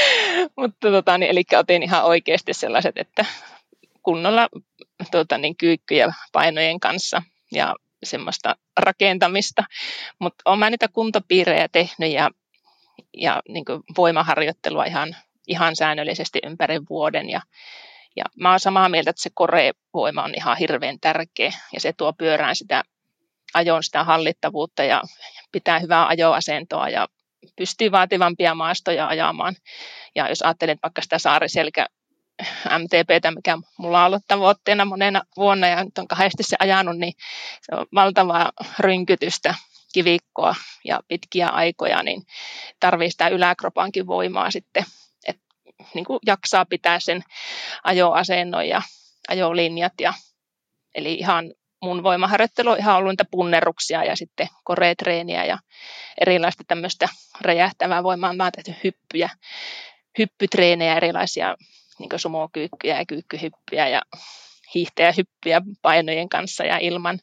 Mutta tota, niin, eli otin ihan oikeasti sellaiset, että kunnolla tota, niin, kyykkyjä painojen kanssa ja semmoista rakentamista, mutta olen mä niitä kuntopiirejä tehnyt ja, ja niin kuin voimaharjoittelua ihan, ihan säännöllisesti ympäri vuoden ja, ja mä oon samaa mieltä, että se korevoima on ihan hirveän tärkeä ja se tuo pyörään sitä ajon sitä hallittavuutta ja pitää hyvää ajoasentoa ja pystyy vaativampia maastoja ajamaan ja jos ajattelet vaikka sitä saariselkä M T P:tä, mikä mulla on ollut tavoitteena monena vuonna ja nyt on kahdesti se ajanut, niin se on valtavaa rynkytystä, kivikkoa ja pitkiä aikoja, niin tarvii sitä yläkropankin voimaa sitten, että niin kuin jaksaa pitää sen ajoasennon ja ajolinjat. Ja, eli ihan mun voimaharjoittelu on ihan ollut niitä punnerruksia ja sitten koreetreeniä ja erilaista tämmöistä räjähtävää voimaa. Mä oon tehty hyppyjä, hyppytreenejä erilaisia, niin kuin sumokyykkyjä ja kyykkyhyppyjä ja hiihtäjähyppyjä painojen kanssa ja ilman.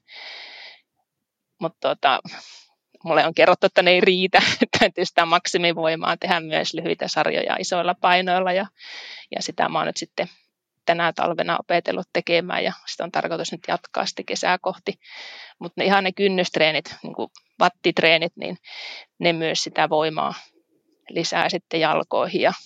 Mutta tota, mulle on kerrottu, että ne ei riitä. Täytyy sitä maksimivoimaa tehdä myös lyhyitä sarjoja isoilla painoilla. Ja, ja sitä mä oon nyt sitten tänä talvena opetellut tekemään ja sitä on tarkoitus nyt jatkaa sitten kesää kohti. Mutta ne ihan ne kynnystreenit, niin kuin wattitreenit, niin ne myös sitä voimaa lisää sitten jalkoihin ja,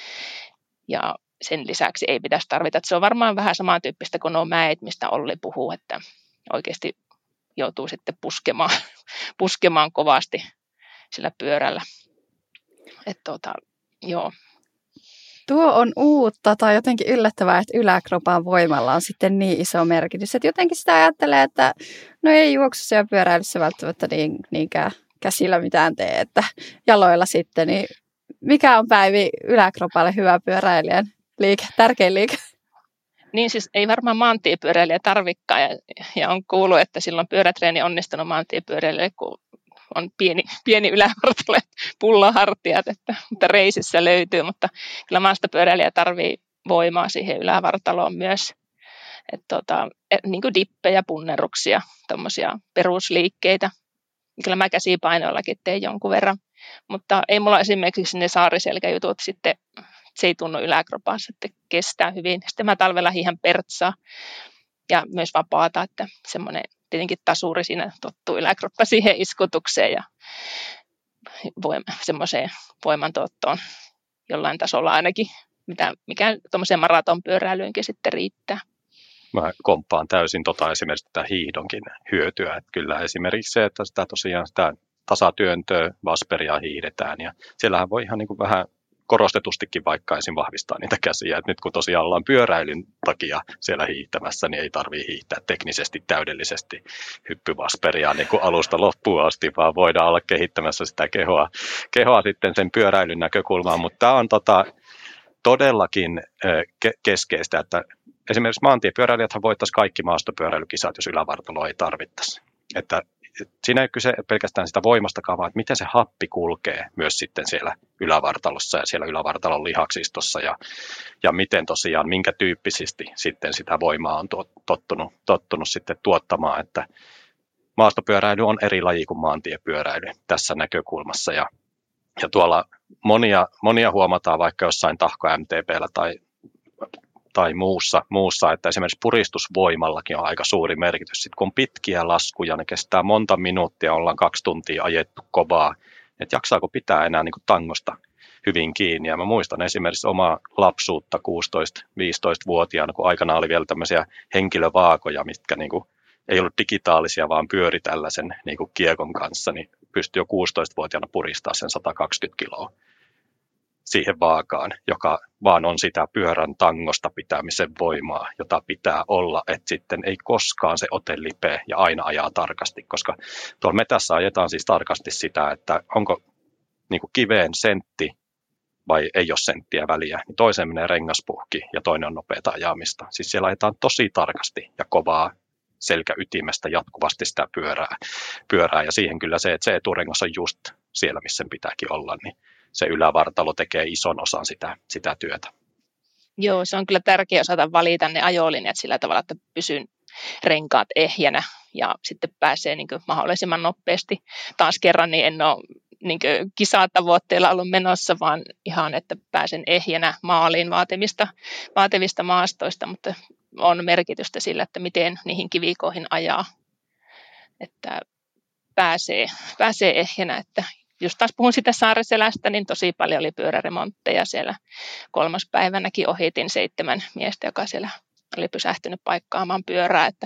ja sen lisäksi ei pitäisi tarvita. Että se on varmaan vähän samantyyppistä kuin nuo mäet, mistä Olli puhuu, että oikeasti joutuu sitten puskemaan, puskemaan kovasti sillä pyörällä. Että tota, joo. Tuo on uutta tai jotenkin yllättävää, että yläkropan voimalla on sitten niin iso merkitys. Että jotenkin sitä ajattelee, että no ei juoksussa ja pyöräilyssä välttämättä niin, niinkään käsillä mitään tee, että jaloilla sitten. Niin mikä on Päivi yläkropalle hyvä pyöräilijän liike, tärkein liike? Niin siis ei varmaan maantiepyöräilijä tarvikaan ja, ja on kuullut, että silloin pyörätreeni onnistunut maantiepyöräilijä, kun on pieni, pieni ylävartalo, pullahartiat, että, mutta reisissä löytyy, mutta kyllä maastopyöräilijä tarvii voimaa siihen ylävartaloon myös. Että tota, et, niin kuin dippejä, punnerruksia, tommosia perusliikkeitä. Kyllä mä käsipainoillakin teen jonkun verran, mutta ei mulla esimerkiksi ne saariselkäjutut sitten, se ei tunnu yläkropassa, että kestää hyvin. Sitten mä talvella hiihän pertsaa ja myös vapaata, että semmoinen tietenkin tasuri siinä tottuu yläkroppa siihen iskutukseen. Ja, voim- semmoiseen voimantuottoon jollain tasolla ainakin, mitä, mikä tuommoiseen maratonpyöräilyynkin sitten riittää. Mä komppaan täysin tota esimerkiksi tätä hiihdonkin hyötyä. Että kyllä esimerkiksi se, että sitä tosiaan sitä tasatyöntöä, vasperia hiihdetään ja siellähän voi ihan niin kuin vähän korostetustikin vaikka ensin vahvistaa niitä käsiä. Et nyt kun tosiaan ollaan pyöräilyn takia siellä hiihtämässä, niin ei tarvitse hiihtää teknisesti täydellisesti hyppyvasperia niin kuin alusta loppuun asti, vaan voidaan olla kehittämässä sitä kehoa, kehoa sitten sen pyöräilyn näkökulmaan. Mutta tämä on tota, todellakin ke- keskeistä, että esimerkiksi maantiepyöräilijäthän voittaisiin kaikki maastopyöräilykisat, jos ylävartaloa ei tarvittaisi. Että siinä ei kyse pelkästään sitä voimastakaan, vaan että miten se happi kulkee myös sitten siellä ylävartalossa ja siellä ylävartalon lihaksistossa ja, ja miten tosiaan, minkä tyyppisesti sitten sitä voimaa on tottunut, tottunut sitten tuottamaan, että maastopyöräily on eri laji kuin maantiepyöräily tässä näkökulmassa ja, ja tuolla monia, monia huomataan vaikka jossain tahko M T P:llä tai tai muussa, muussa, että esimerkiksi puristusvoimallakin on aika suuri merkitys. Sitten kun on pitkiä laskuja, ne kestää monta minuuttia, ollaan kaksi tuntia ajettu kovaa, että jaksaako pitää enää niin kuin tangosta hyvin kiinni. Ja mä muistan esimerkiksi omaa lapsuutta kuusitoista-viisitoista-vuotiaana, kun aikana oli vielä tämmöisiä henkilövaakoja, mitkä niin kuin ei ollut digitaalisia, vaan pyöri tällaisen niin kuin kiekon kanssa, niin pystyi jo kuusitoistavuotiaana puristaa sen sata kaksikymmentä kiloa siihen vaakaan, joka vaan on sitä pyörän tangosta pitämisen voimaa, jota pitää olla, että sitten ei koskaan se ote lipeä ja aina ajaa tarkasti, koska tuolla metässä ajetaan siis tarkasti sitä, että onko niin kuin kiveen sentti vai ei ole senttiä väliä, niin toiseen menee rengaspuhki ja toinen on nopeata ajamista. Siis siellä ajetaan tosi tarkasti ja kovaa selkäytimestä jatkuvasti sitä pyörää, pyörää ja siihen kyllä se, että se eturengas on just siellä, missä sen pitääkin olla, niin se ylävartalo tekee ison osan sitä, sitä työtä. Joo, se on kyllä tärkeää osata valita ne ajolinjat sillä tavalla, että pysyn renkaat ehjänä ja sitten pääsee niin kuin mahdollisimman nopeasti. Taas kerran niin en ole niin kuin kisatavoitteilla ollut menossa, vaan ihan, että pääsen ehjänä maaliin vaativista, vaativista maastoista, mutta on merkitystä sillä, että miten niihin kivikoihin ajaa, että pääsee, pääsee ehjänä, että just taas puhun sitä Saariselästä, niin tosi paljon oli pyöräremontteja siellä. Kolmas päivänäkin ohitin seitsemän miestä, joka siellä oli pysähtynyt paikkaamaan pyörää, että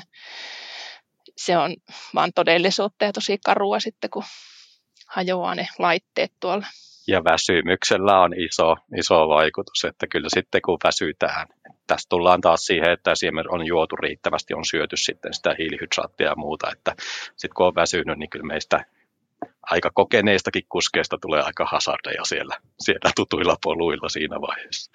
se on vaan todellisuutta ja tosi karua sitten, kun hajoaa ne laitteet tuolla. Ja väsymyksellä on iso, iso vaikutus, että kyllä sitten kun väsytään, tässä tullaan taas siihen, että esimerkiksi on juotu riittävästi, on syöty sitten sitä hiilihydraattia ja muuta, että sitten kun on väsynyt, niin kyllä meistä aika kokeneistakin kuskeista tulee aika hazardeja siellä, siellä tutuilla poluilla siinä vaiheessa.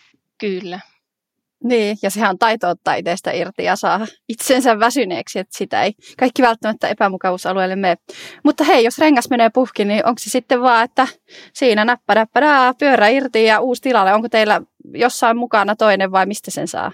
Kyllä. Niin, ja sehän on taito ottaa itsestä irti ja saa itsensä väsyneeksi, että sitä ei kaikki välttämättä epämukavuusalueelle mene. Mutta hei, jos rengas menee puhki, niin onko se sitten vaan, että siinä näppä, näppä, nää, pyörä irti ja uusi tilalle? Onko teillä jossain mukana toinen vai mistä sen saa?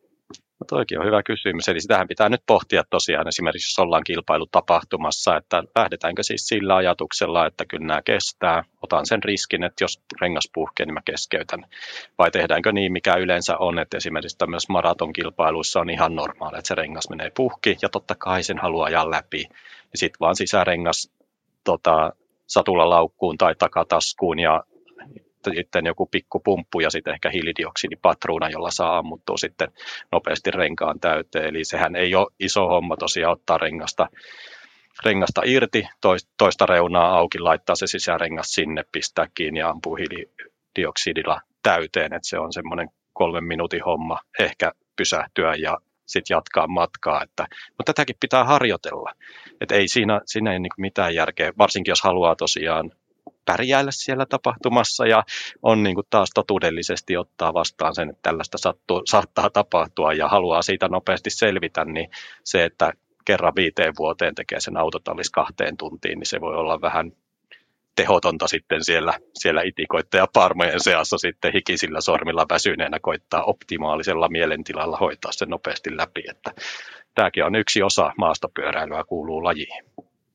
No toikin on hyvä kysymys, eli sitähän pitää nyt pohtia tosiaan esimerkiksi, jos ollaan kilpailutapahtumassa, että lähdetäänkö siis sillä ajatuksella, että kyllä nämä kestää, otan sen riskin, että jos rengas puhkee, niin mä keskeytän, vai tehdäänkö niin, mikä yleensä on, että esimerkiksi tämmöisessä maratonkilpailuissa on ihan normaali, että se rengas menee puhki, ja totta kai sen haluaa ajaa läpi, ja sitten vaan sisärengas tota, satulalaukkuun tai takataskuun, ja sitten joku pikkupumppu ja sitten ehkä hiilidioksidipatruuna, jolla saa ammuttua sitten nopeasti renkaan täyteen. Eli sehän ei ole iso homma tosiaan ottaa rengasta, rengasta irti, toista reunaa auki, laittaa se sisärengas sinne, pistää kiinni ja ampuu hiilidioksidilla täyteen. Että se on semmoinen kolmen minuutin homma, ehkä pysähtyä ja sitten jatkaa matkaa. Että, mutta tätäkin pitää harjoitella. Et ei siinä, siinä ei niin mitään järkeä, varsinkin jos haluaa tosiaan pärjäillä siellä tapahtumassa ja on niin kuin taas totuudellisesti ottaa vastaan sen, että tällaista sattuu, saattaa tapahtua ja haluaa siitä nopeasti selvitä, niin se, että kerran viiteen vuoteen tekee sen autotallis kahteen tuntiin, niin se voi olla vähän tehotonta sitten siellä, siellä itikoitten ja parmojen seassa sitten hikisillä sormilla väsyneenä koittaa optimaalisella mielentilalla hoitaa sen nopeasti läpi, että tämäkin on yksi osa maastopyöräilyä, kuuluu lajiin.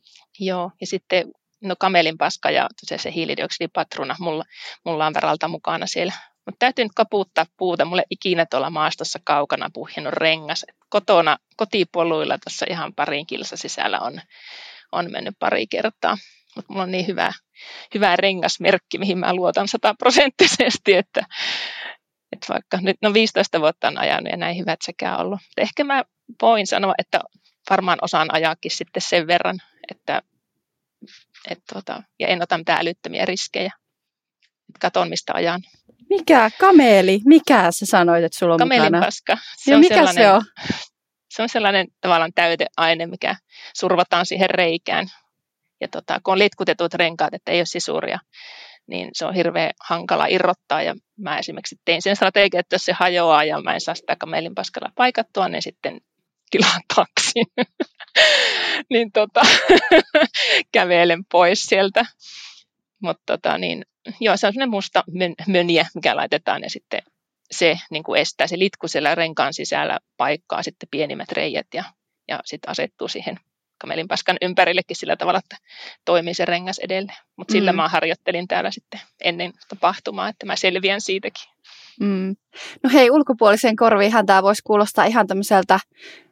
Joo, ja sitten no kamelin paska ja se, se hiilidioksidipatruuna, mulla, mulla on varalta mukana siellä. Mutta täytyy nyt kaputtaa puuta, mulle ikinä tuolla maastossa kaukana puhjennut rengas. Et kotona, kotipoluilla tuossa ihan parin kilsa sisällä on, on mennyt pari kertaa. mutta mulla on niin hyvä, hyvä rengasmerkki, mihin mä luotan sataprosenttisesti, että, että vaikka nyt no viisitoista vuotta on ajanut ja näin hyvät sekä ollut. Mutta ehkä mä voin sanoa, että varmaan osaan ajaakin sitten sen verran, että, että tuota, ja en ota mitään älyttömiä riskejä. Katon, mistä ajan. Mikä? Kameeli? Mikä sä sanoit, että sulla on Kameelin mukana? paska. Se ja on mikä se on? Se on sellainen tavallaan täyteaine, mikä survataan siihen reikään. Ja tota, kun on litkutetut renkaat, että ei ole sisuria, niin se on hirveän hankala irrottaa. Ja mä esimerkiksi tein sen strategian, että jos se hajoaa ja mä en saa sitä kameelin paskalla paikattua, niin sitten kilaan taksin. niin tota, kävelen pois sieltä. Mutta tota, niin, joo, se on sellainen musta mönjä, mikä laitetaan ja sitten se niin kuin estää se litku siellä renkaan sisällä paikkaa sitten pienimmät reijät ja, ja sitten asettuu siihen kamelin paskan ympärillekin sillä tavalla, että toimii se rengas edelleen. Mutta sillä mm. mä harjoittelin täällä sitten ennen tapahtumaa, että mä selviän siitäkin. Mm. No hei, ulkopuolisen korviinhan tämä voisi kuulostaa ihan tämmöiseltä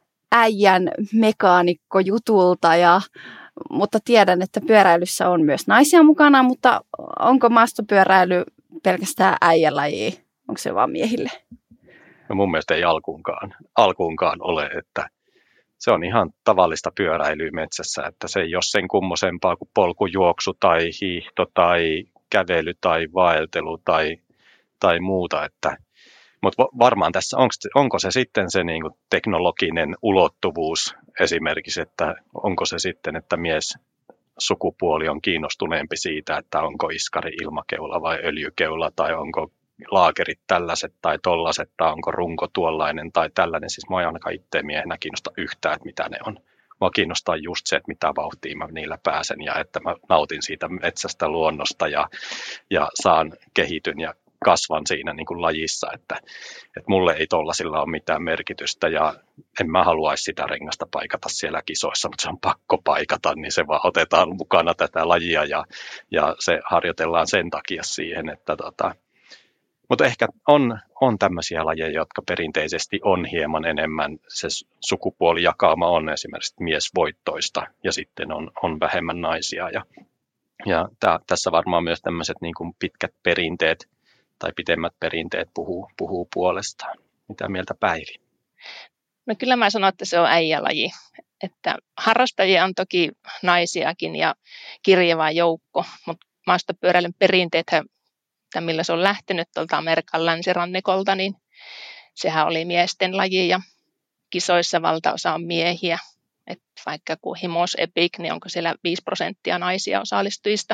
äijän mekaanikkojutulta, ja, mutta tiedän, että pyöräilyssä on myös naisia mukana, mutta onko maastopyöräily pelkästään äijälaji? Onko se vaan miehille? No mun mielestä ei alkuunkaan, alkuunkaan ole, että se on ihan tavallista pyöräilyä metsässä, että se ei ole sen kummosempaa kuin polkujuoksu tai hiihto tai kävely tai vaeltelu tai, tai muuta. Että, mutta varmaan tässä, onko, onko se sitten se niin kuin teknologinen ulottuvuus esimerkiksi, että onko se sitten, että mies sukupuoli on kiinnostuneempi siitä, että onko iskari ilmakeula vai öljykeula tai onko laakerit tällaiset tai tollaiset, tai onko runko tuollainen tai tällainen. Siis mua ei ainakaan itse miehenä kiinnosta yhtään, että mitä ne on. Mua kiinnostaa just se, että mitä vauhtia mä niillä pääsen ja että mä nautin siitä metsästä, luonnosta ja, ja saan kehityn ja kasvan siinä niin kuin lajissa. Että, että mulle ei tollasilla ole mitään merkitystä ja en mä haluaisi sitä rengasta paikata siellä kisoissa, mutta se on pakko paikata, niin se vaan otetaan mukana tätä lajia ja, ja se harjoitellaan sen takia siihen, että tota, mutta ehkä on, on tämmöisiä lajeja, jotka perinteisesti on hieman enemmän, se sukupuolijakauma on esimerkiksi miesvoittoista ja sitten on, on vähemmän naisia. Ja, ja tää, tässä varmaan myös tämmöiset niin kuin pitkät perinteet tai pitemmät perinteet puhuu, puhuu puolestaan. Mitä mieltä Päivi? No kyllä mä sanon, että se on äijälaji. Että harrastajia on toki naisiakin ja kirjava joukko, mutta maastopyöräilyn perinteethän, millä se on lähtenyt tuolta Amerikan länsirannikolta, niin sehän oli miesten laji ja kisoissa valtaosa on miehiä. Et vaikka kun Himos Epic, niin onko siellä viisi prosenttia naisia osallistujista.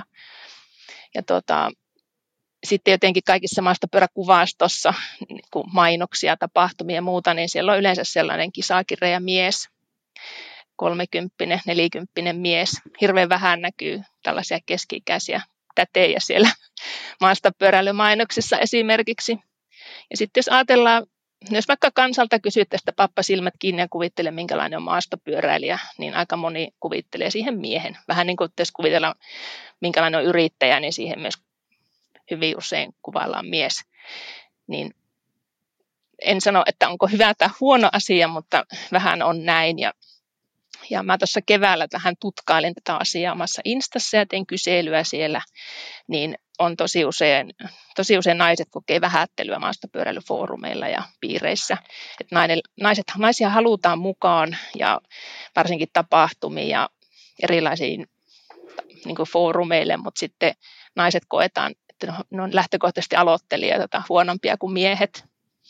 Ja tota, sitten jotenkin kaikissa maastopyöräkuvastossa, niin kuin mainoksia, tapahtumia ja muuta, niin siellä on yleensä sellainen kisakireja mies, kolmekymppinen, nelikymppinen mies. Hirveän vähän näkyy tällaisia keski-ikäisiä tätejä siellä maastopyöräilymainoksissa esimerkiksi. Ja sitten jos ajatellaan, jos vaikka kansalta kysyttäisiin, että pappa silmät kiinni ja kuvittele, minkälainen on maastopyöräilijä, niin aika moni kuvittelee siihen miehen. Vähän niin kuin jos kuvitellaan, minkälainen on yrittäjä, niin siihen myös hyvin usein kuvaillaan mies. Niin en sano, että onko hyvä tai huono asia, mutta vähän on näin. Ja Ja mä tuossa keväällä tähän tutkailin tätä asiaa omassa Instassa ja tein kyselyä siellä, niin on tosi usein, tosi usein naiset kokee vähättelyä maastopyöräilyfoorumeilla ja piireissä. Että nainen, naiset, naisia halutaan mukaan ja varsinkin tapahtumiin ja erilaisiin niin kuin foorumeille, mutta sitten naiset koetaan, että ne on lähtökohtaisesti aloittelijoita huonompia kuin miehet.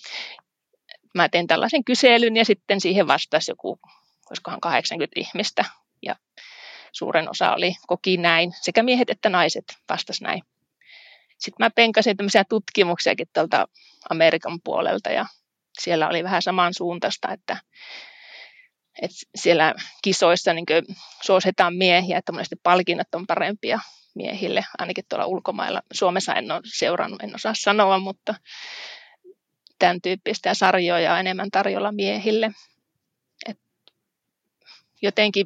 Mä tein tällaisen kyselyn ja sitten siihen vastasi joku olisikohan kahdeksankymmentä ihmistä, ja suuren osa oli, koki näin, sekä miehet että naiset vastas näin. Sitten mä penkasin tämmöisiä tutkimuksiakin tuolta Amerikan puolelta, ja siellä oli vähän samansuuntaista, että, että siellä kisoissa niin suositaan miehiä, että monesti palkinnot on parempia miehille, ainakin tuolla ulkomailla. Suomessa en ole seurannut, en osaa sanoa, mutta tämän tyyppistä sarjoja on enemmän tarjolla miehille. Jotenkin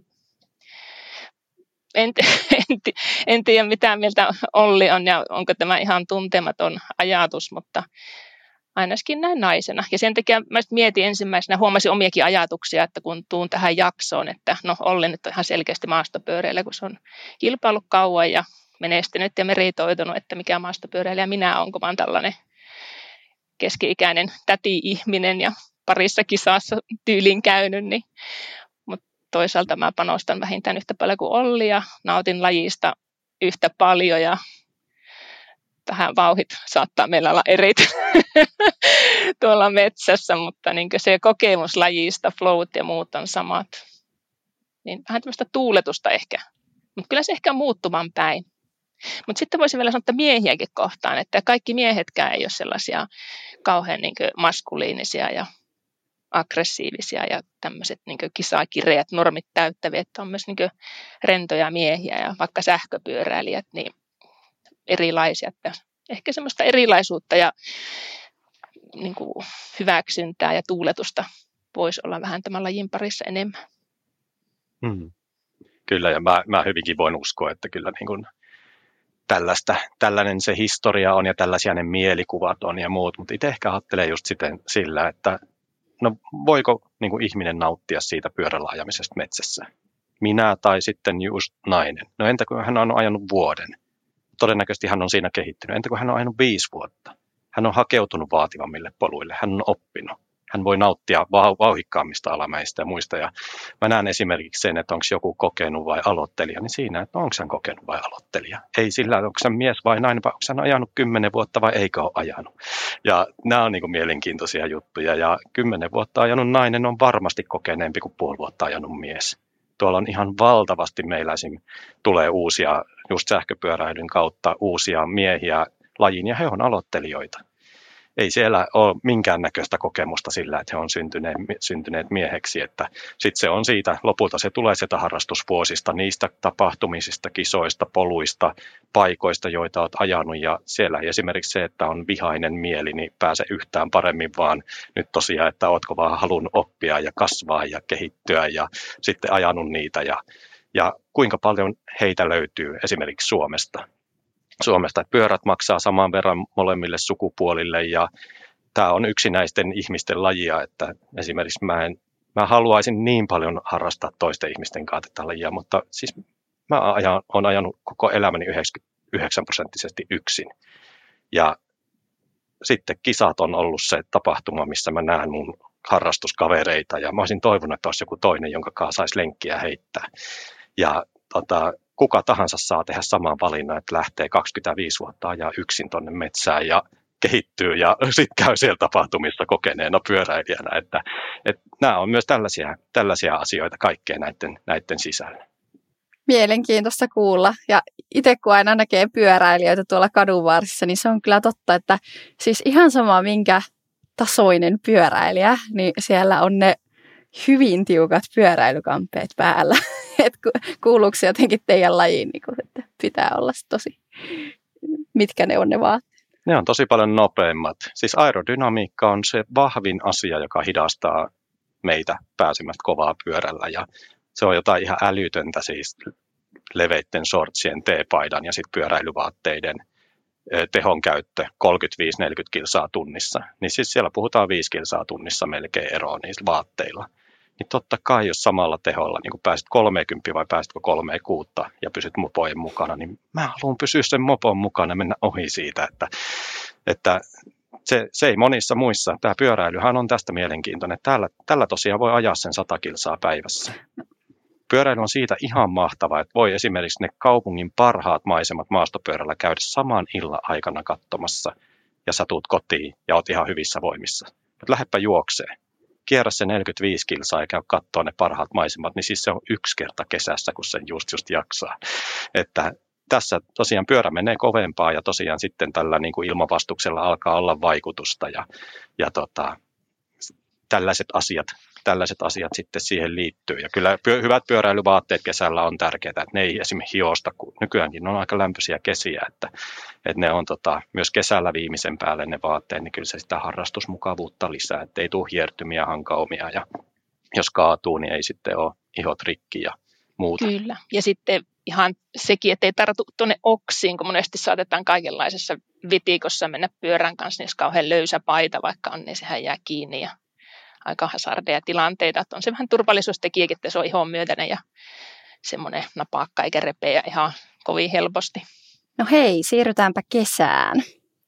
en, en, en tiedä, mitä mieltä Olli on ja onko tämä ihan tuntematon ajatus, mutta ainakin näin naisena. Ja sen takia mä mietin ensimmäisenä, huomasin omiakin ajatuksia, että kun tuun tähän jaksoon, että no Olli nyt on ihan selkeästi maastopyöräilijä, kun se on kilpaillut kauan ja menestynyt ja meritoitunut, että mikä maastopyöräilijä minä olen, kun mä oon tällainen keski-ikäinen täti-ihminen ja parissa kisassa tyylin käynyt, niin, mutta toisaalta mä panostan vähintään yhtä paljon kuin Olli ja nautin lajista yhtä paljon ja tähän vauhdit saattaa meillä olla eri tuolla metsässä, mutta niin se kokemus lajista, flowt ja muut on samat. Niin vähän tämmöistä tuuletusta ehkä, mutta kyllä se ehkä on muuttuvan päin. Mutta sitten voisin vielä sanoa, että miehiäkin kohtaan, että kaikki miehetkään ei ole sellaisia kauhean niin maskuliinisia ja aggressiivisia ja tämmöiset niin kisakireät normit täyttäviä, että on myös niin rentoja miehiä ja vaikka sähköpyöräilijät, niin erilaisia. Että ehkä semmoista erilaisuutta ja niin kuin hyväksyntää ja tuuletusta voisi olla vähän tämän lajin parissa enemmän. Hmm. Kyllä, ja mä, mä hyvinkin voin uskoa, että kyllä niin kuin tällaista, tällainen se historia on ja tällaisia ne mielikuvat on ja muut, mutta itse ehkä ajattelee just siten sillä, että no voiko niin kuin ihminen nauttia siitä pyörällä ajamisesta metsässä? Minä tai sitten just nainen. No entä kun hän on ajanut vuoden? Todennäköisesti hän on siinä kehittynyt. Entä kun hän on ajanut viisi vuotta? Hän on hakeutunut vaativammille poluille. Hän on oppinut. Hän voi nauttia vauhikkaammista alamäistä ja muista. Ja mä näen esimerkiksi sen, että onko joku kokenut vai aloittelija, niin siinä, että onko hän kokenut vai aloittelija. Ei sillä, onko hän mies vai nainen, vai onko hän ajanut kymmenen vuotta vai eikö ole ajanut. Ja nämä on niin kuin mielenkiintoisia juttuja. Ja kymmenen vuotta ajanut nainen on varmasti kokeneempi kuin puoli vuotta ajanut mies. Tuolla on ihan valtavasti meillä esim. Tulee uusia, just sähköpyöräilyn kautta uusia miehiä lajiin, ja he on aloittelijoita. Ei siellä ole minkäännäköistä kokemusta sillä, että he on syntyneet, syntyneet mieheksi. Sitten se on siitä, lopulta se tulee sieltä harrastusvuosista, niistä tapahtumisista, kisoista, poluista, paikoista, joita olet ajanut. Ja siellä esimerkiksi se, että on vihainen mieli, niin pääse yhtään paremmin, vaan nyt tosiaan, että oletko vaan halunnut oppia ja kasvaa ja kehittyä ja sitten ajanut niitä. Ja, ja kuinka paljon heitä löytyy esimerkiksi Suomesta. Suomesta, että pyörät maksaa saman verran molemmille sukupuolille ja tämä on yksinäisten ihmisten lajia, että esimerkiksi mä, en, mä haluaisin niin paljon harrastaa toisten ihmisten kanssa tätä lajia, mutta siis mä ajan, olen ajanut koko elämäni yhdeksänkymmentäyhdeksän prosenttisesti yksin ja sitten kisat on ollut se tapahtuma, missä mä näen mun harrastuskavereita ja mä olisin toivonut, että olisi joku toinen, jonka kanssa saisi lenkkiä heittää ja tota, kuka tahansa saa tehdä saman valinnan, että lähtee kaksikymmentäviisi vuotta ajaa yksin tuonne metsään ja kehittyy ja sitten käy siellä tapahtumissa kokeneena pyöräilijänä. Että, että nämä on myös tällaisia, tällaisia asioita kaikkea näiden, näiden sisällä. Mielenkiintoista kuulla. Ja itse kun aina näkee pyöräilijöitä tuolla kadunvarsissa, niin se on kyllä totta, että siis ihan sama minkä tasoinen pyöräilijä, niin siellä on ne hyvin tiukat pyöräilykampeet päällä. Että kuuluuko se jotenkin teidän lajiin, niin että pitää olla tosi, mitkä ne on ne vaatteet? Ne on tosi paljon nopeimmat. Siis aerodynamiikka on se vahvin asia, joka hidastaa meitä pääsemästä kovaa pyörällä. Ja se on jotain ihan älytöntä siis leveitten shortsien, T-paidan ja sitten pyöräilyvaatteiden tehon käyttö kolmekymmentäviisi neljäkymmentä kilsaa tunnissa. Niin siis siellä puhutaan viisi kilsaa tunnissa melkein eroa niillä vaatteilla. Niin totta kai, jos samalla teholla niin kun pääsit kolmekymmentä vai pääsitkö kolmekymmentäkuusi ja pysyt mopojen mukana, niin mä haluan pysyä sen mopon mukana ja mennä ohi siitä. Että, että se, se ei monissa muissa. Tämä pyöräilyhän on tästä mielenkiintoinen. Täällä, tällä tosiaan voi ajaa sen sata kilsaa päivässä. Pyöräily on siitä ihan mahtava, että voi esimerkiksi ne kaupungin parhaat maisemat maastopyörällä käydä saman illan aikana katsomassa ja sä tuut kotiin ja oot ihan hyvissä voimissa. Mutta lähdepä juokseen. Kierrä se neljäkymmentäviisi kilsaa ja käy katsoa ne parhaat maisemat, niin siis se on yksi kerta kesässä, kun sen just just jaksaa. Että tässä tosiaan pyörä menee kovempaa ja tosiaan sitten tällä niin kuin ilmavastuksella alkaa olla vaikutusta ja, ja tota, tällaiset asiat, tällaiset asiat sitten siihen liittyy. Ja kyllä pyö, hyvät pyöräilyvaatteet kesällä on tärkeää, että ne ei esimerkiksi hiosta, kun nykyäänkin on aika lämpöisiä kesiä, että, että ne on tota, myös kesällä viimeisen päälle ne vaatteet, niin kyllä se sitä harrastusmukavuutta lisää, että ei tule hiertymiä, hankaumia ja jos kaatuu, niin ei sitten ole ihot rikki ja muuta. Kyllä, ja sitten ihan sekin, että ei tartu tuonne oksiin, kun monesti saatetaan kaikenlaisessa vitikossa mennä pyörän kanssa, niin jos kauhean löysä paita vaikka on, niin sehän jää kiinni ja aika hasardeja tilanteita. Että on se vähän turvallisuustekijäkin, että se on ihon myötäinen ja semmoinen napakka eikä repeä ihan kovin helposti. No hei, siirrytäänpä kesään.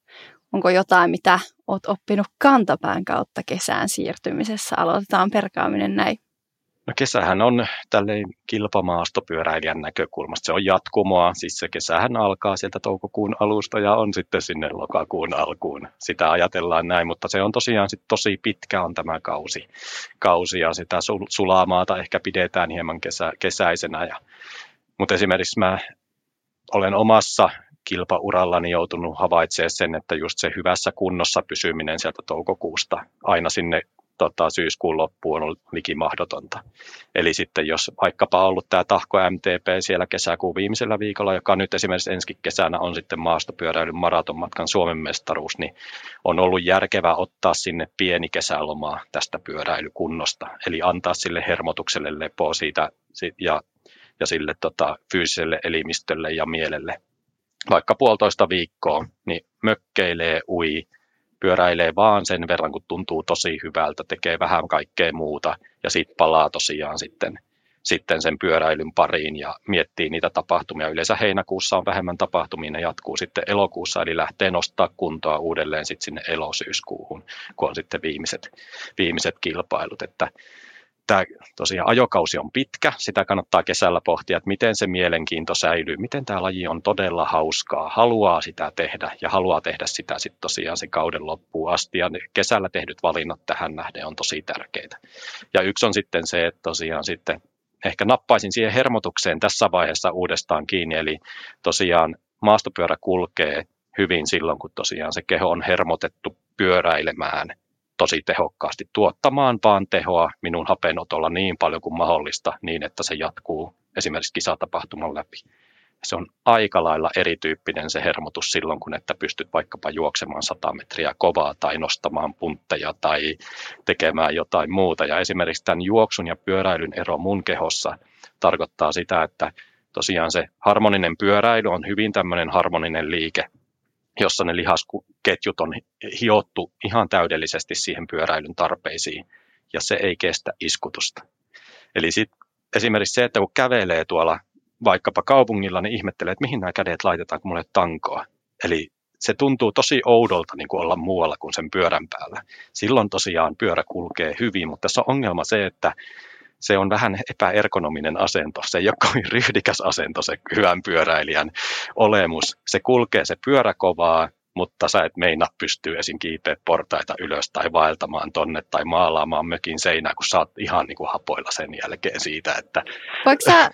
Onko jotain, mitä olet oppinut kantapään kautta kesään siirtymisessä? Aloitetaan perkaaminen näin. No kesähän on tälleen kilpamaastopyöräilijän näkökulmasta. Se on jatkumoa, siis se kesähän alkaa sieltä toukokuun alusta ja on sitten sinne lokakuun alkuun. Sitä ajatellaan näin, mutta se on tosiaan sit tosi pitkä on tämä kausi. kausi ja sitä sulamaata ehkä pidetään hieman kesä, kesäisenä. Ja, mutta esimerkiksi mä olen omassa kilpaurallani joutunut havaitsemaan sen, että just se hyvässä kunnossa pysyminen sieltä toukokuusta aina sinne tota, syyskuun loppuun on liki mahdotonta. Eli sitten jos vaikkapa ollut tämä Tahko M T P siellä kesäkuun viimeisellä viikolla, joka nyt esimerkiksi ensi kesänä on sitten maastopyöräilyn maratonmatkan Suomen mestaruus, niin on ollut järkevää ottaa sinne pieni kesäloma tästä pyöräilykunnosta. Eli antaa sille hermotukselle lepoa siitä ja, ja sille tota, fyysiselle elimistölle ja mielelle. Vaikka puolitoista viikkoa, niin mökkeilee, ui, pyöräilee vaan sen verran, kun tuntuu tosi hyvältä, tekee vähän kaikkea muuta ja sitten palaa tosiaan sitten, sitten sen pyöräilyn pariin ja miettii niitä tapahtumia. Yleensä heinäkuussa on vähemmän tapahtumia, ne jatkuu sitten elokuussa, eli lähtee nostaa kuntoa uudelleen sitten sinne elosyyskuuhun, kun on sitten viimeiset, viimeiset kilpailut. Että tämä tosiaan ajokausi on pitkä, sitä kannattaa kesällä pohtia, että miten se mielenkiinto säilyy, miten tämä laji on todella hauskaa, haluaa sitä tehdä ja haluaa tehdä sitä sitten tosiaan se kauden loppuun asti ja kesällä tehdyt valinnat tähän nähden on tosi tärkeitä. Ja yksi on sitten se, että tosiaan sitten ehkä nappaisin siihen hermotukseen tässä vaiheessa uudestaan kiinni, eli tosiaan maastopyörä kulkee hyvin silloin, kun tosiaan se keho on hermotettu pyöräilemään tosi tehokkaasti, tuottamaan vaan tehoa minun hapenotolla niin paljon kuin mahdollista, niin että se jatkuu esimerkiksi kisatapahtuman läpi. Se on aika lailla erityyppinen se hermotus silloin, kun että pystyt vaikkapa juoksemaan sata metriä kovaa tai nostamaan puntteja tai tekemään jotain muuta. Ja esimerkiksi tämän juoksun ja pyöräilyn ero mun kehossa tarkoittaa sitä, että tosiaan se harmoninen pyöräily on hyvin tämmöinen harmoninen liike, jossa ne lihasketjut on hiottu ihan täydellisesti siihen pyöräilyn tarpeisiin, ja se ei kestä iskutusta. Eli sit esimerkiksi se, että kun kävelee tuolla vaikkapa kaupungilla, niin ihmettelee, että mihin nämä kädet laitetaan, kun mulla ei ole tankoa. Eli se tuntuu tosi oudolta niin kuin olla muualla kuin sen pyörän päällä. Silloin tosiaan pyörä kulkee hyvin, mutta tässä on ongelma se, että se on vähän epäergonominen asento. Se ei ole kovin ryhdikäs asento, se hyvän pyöräilijän olemus. Se kulkee se pyörä kovaa, mutta sä et meinaa pystyä esim. Kiipeä portaita ylös tai vaeltamaan tonne tai maalaamaan mökin seinää, kun sä oot ihan niin kuin hapoilla sen jälkeen siitä. Että Voiko sä,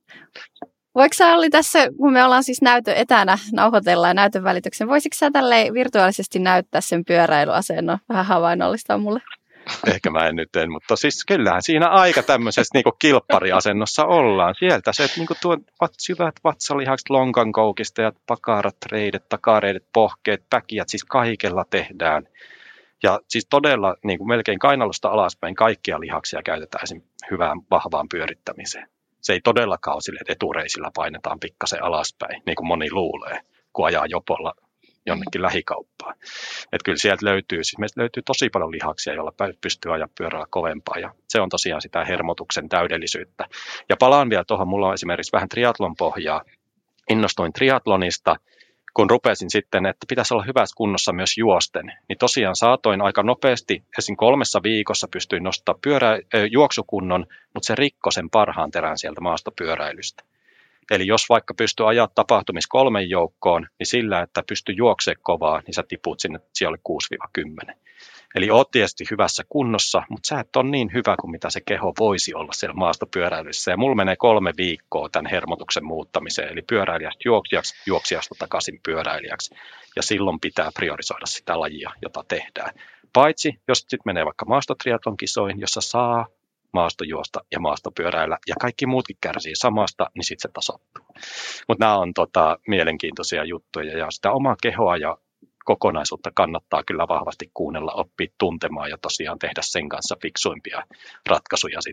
voiko sä Olli tässä, kun me ollaan siis näytö etänä, nauhoitellaan näytön välityksen, voisitko sä tälleen virtuaalisesti näyttää sen pyöräilyasennon? Vähän havainnollistaa mulle. Ehkä mä en nyt en, mutta siis kyllähän siinä aika tämmöisessä niin kuin kilppariasennossa ollaan. Sieltä se, että niin kuin tuo syvät vatsalihakset lonkankoukista ja pakarat, reidet, takareidet, pohkeet, päkiät, siis kaikella tehdään. Ja siis todella niin kuin melkein kainalosta alaspäin kaikkia lihaksia käytetään esim. Hyvään vahvaan pyörittämiseen. Se ei todellakaan ole sille, että etureisillä painetaan pikkasen alaspäin, niin kuin moni luulee, kun ajaa jopolla jonnekin lähikauppaan. Että kyllä sieltä löytyy, siis meistä löytyy tosi paljon lihaksia, joilla pystyy ajaa pyörällä kovempaa, ja se on tosiaan sitä hermotuksen täydellisyyttä. Ja palaan vielä tuohon, mulla on esimerkiksi vähän triatlon pohjaa. Innostuin triatlonista, kun rupesin sitten, että pitäisi olla hyvässä kunnossa myös juosten, niin tosiaan saatoin aika nopeasti, esim. kolmessa viikossa pystyin nostamaan pyörä, äh, juoksukunnon, mutta se rikkoi sen parhaan terän sieltä maastopyöräilystä. Eli jos vaikka pystyy ajaa tapahtumissa kolmen joukkoon, niin sillä, että pystyy juoksemaan kovaa, niin sä tiput sinne siellä kuusi kymmenen. Eli oot tietysti hyvässä kunnossa, mutta sä et ole niin hyvä kuin mitä se keho voisi olla siellä maastopyöräilyssä. Ja mulla menee kolme viikkoa tämän hermotuksen muuttamiseen, eli pyöräilijästä juoksijaksi, juoksijasta takaisin pyöräilijäksi. Ja silloin pitää priorisoida sitä lajia, jota tehdään. Paitsi jos sitten menee vaikka maastotriatlon kisoihin, jossa saa maastojuosta ja maastopyöräillä, ja kaikki muutkin kärsii samasta, niin sitten se tasoittuu. Mutta nämä on tota, mielenkiintoisia juttuja, ja sitä omaa kehoa ja kokonaisuutta kannattaa kyllä vahvasti kuunnella, oppia tuntemaan ja tosiaan tehdä sen kanssa fiksuimpia ratkaisuja sitten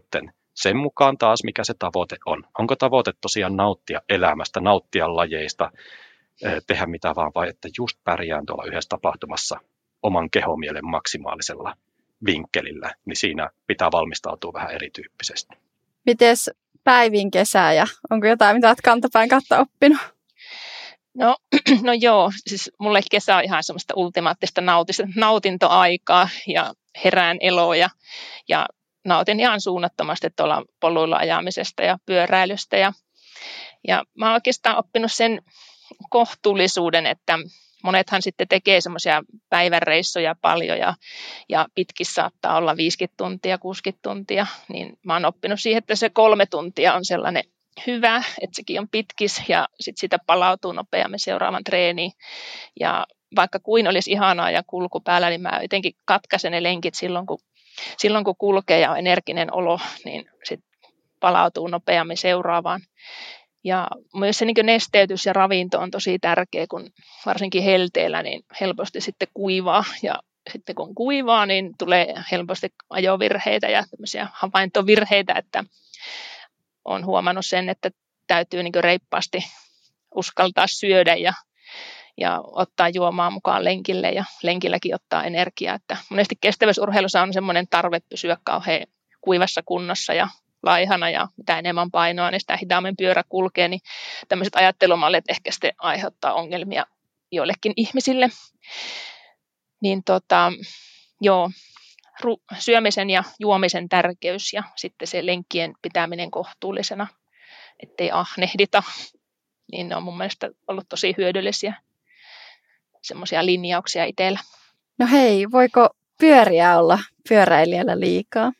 sen mukaan taas, mikä se tavoite on. Onko tavoite tosiaan nauttia elämästä, nauttia lajeista, tehdä mitä vaan, vai että just pärjään tuolla yhdessä tapahtumassa oman kehomielen maksimaalisella vinkkelillä, niin siinä pitää valmistautua vähän erityyppisesti. Mites Päivin kesä ja onko jotain, mitä olet kantapään kautta oppinut? No, no joo, siis mulle kesä on ihan semmoista ultimaattista nautintoaikaa ja herään eloja ja nautin ihan suunnattomasti tuolla poluilla ajamisesta ja pyöräilystä. Ja, ja mä oon oikeastaan oppinut sen kohtuullisuuden, että monethan sitten tekee semmoisia päivänreissuja paljon ja, ja pitkissä saattaa olla viisikymmentä tuntia, kuusikymmentä tuntia, niin mä oon oppinut siihen, että se kolme tuntia on sellainen hyvä, että sekin on pitkis ja sitten sitä palautuu nopeammin seuraavan treeniin. Ja vaikka kuin olisi ihanaa ja kulku päällä, niin mä jotenkin katkaisen ne lenkit silloin, kun, silloin kun kulkee ja on energinen olo, niin sitten palautuu nopeammin seuraavaan. Ja myös se niin nesteytys ja ravinto on tosi tärkeä, kun varsinkin helteellä niin helposti sitten kuivaa. Ja sitten kun kuivaa, niin tulee helposti ajovirheitä ja tämmöisiä havaintovirheitä, että olen huomannut sen, että täytyy niin reippaasti uskaltaa syödä ja, ja ottaa juomaa mukaan lenkille ja lenkilläkin ottaa energiaa. Että monesti kestävyysurheilussa on semmoinen tarve pysyä kauhean kuivassa kunnossa ja laihana ja mitä enemmän painoa, niin sitä hitaammin pyörä kulkee, niin tämmöiset ajattelumallit ehkä sitten aiheuttaa ongelmia joillekin ihmisille. Niin tota, joo, ru- syömisen ja juomisen tärkeys ja sitten se lenkkien pitäminen kohtuullisena, ettei ahnehdita, niin ne on mun mielestä ollut tosi hyödyllisiä semmoisia linjauksia itsellä. No hei, voiko pyöriä olla pyöräilijällä liikaa?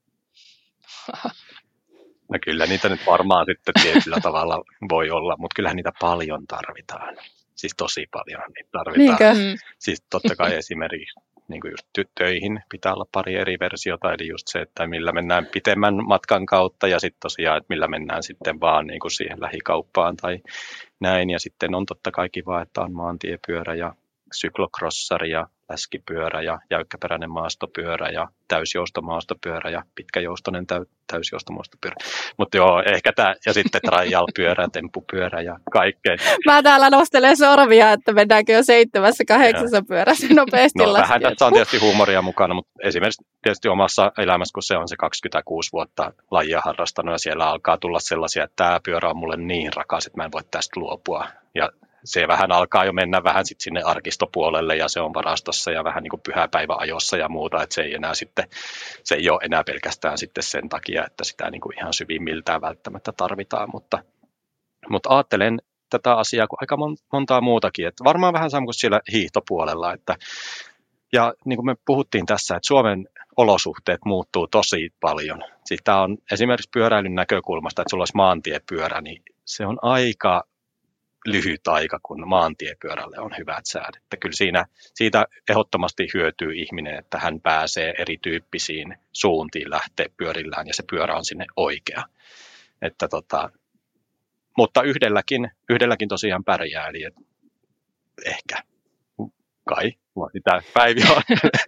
No kyllä niitä nyt varmaan sitten tietyllä tavalla voi olla, mutta kyllähän niitä paljon tarvitaan. Siis tosi paljon niitä tarvitaan. Niinkö? Siis totta kai esimerkiksi niin kuin just töihin pitää olla pari eri versiota, eli just se, että millä mennään pitemmän matkan kautta ja sitten tosiaan, että millä mennään sitten vaan niin kuin siihen lähikauppaan tai näin. Ja sitten on totta kai kiva, että on maantiepyörä ja syklokrossari ja läskipyörä ja jäykkäperäinen maastopyörä ja täysjoustomaastopyörä ja pitkäjoustoinen täy, täysjoustomaastopyörä. Mutta joo, ehkä tämä, ja sitten trial-pyörä, tempupyörä ja kaikkea. Mä täällä nostelen sormia, että mennäänkö jo seitsemässä, kahdeksassa pyörässä nopeasti no, laskien. vähän tässä on tietysti huumoria mukana, mutta esimerkiksi tietysti omassa elämässä, kun se on se kaksikymmentäkuusi vuotta lajia harrastanut ja siellä alkaa tulla sellaisia, että tämä pyörä on mulle niin rakas, että mä en voi tästä luopua. Ja se vähän alkaa jo mennä vähän sit sinne arkistopuolelle ja se on varastossa ja vähän niin kuin pyhäpäiväajossa ja muuta, että se ei enää sitten, se ei ole enää pelkästään sitten sen takia, että sitä niin kuin ihan syvimmiltään välttämättä tarvitaan, mutta, mutta ajattelen tätä asiaa kuin aika montaa muutakin, että varmaan vähän sama kuin siellä hiihtopuolella, että ja niin kuin me puhuttiin tässä, että Suomen olosuhteet muuttuu tosi paljon. Siis tämä on esimerkiksi pyöräilyn näkökulmasta, että sulla olisi maantiepyörä, niin se on aika lyhyt aika, kun maantiepyörälle on hyvät säät. Että kyllä siinä, siitä ehdottomasti hyötyy ihminen, että hän pääsee erityyppisiin suuntiin lähteä pyörillään ja se pyörä on sinne oikea. Että tota, mutta yhdelläkin, yhdelläkin tosiaan pärjää, eli et, ehkä kai, sitä Päivi on.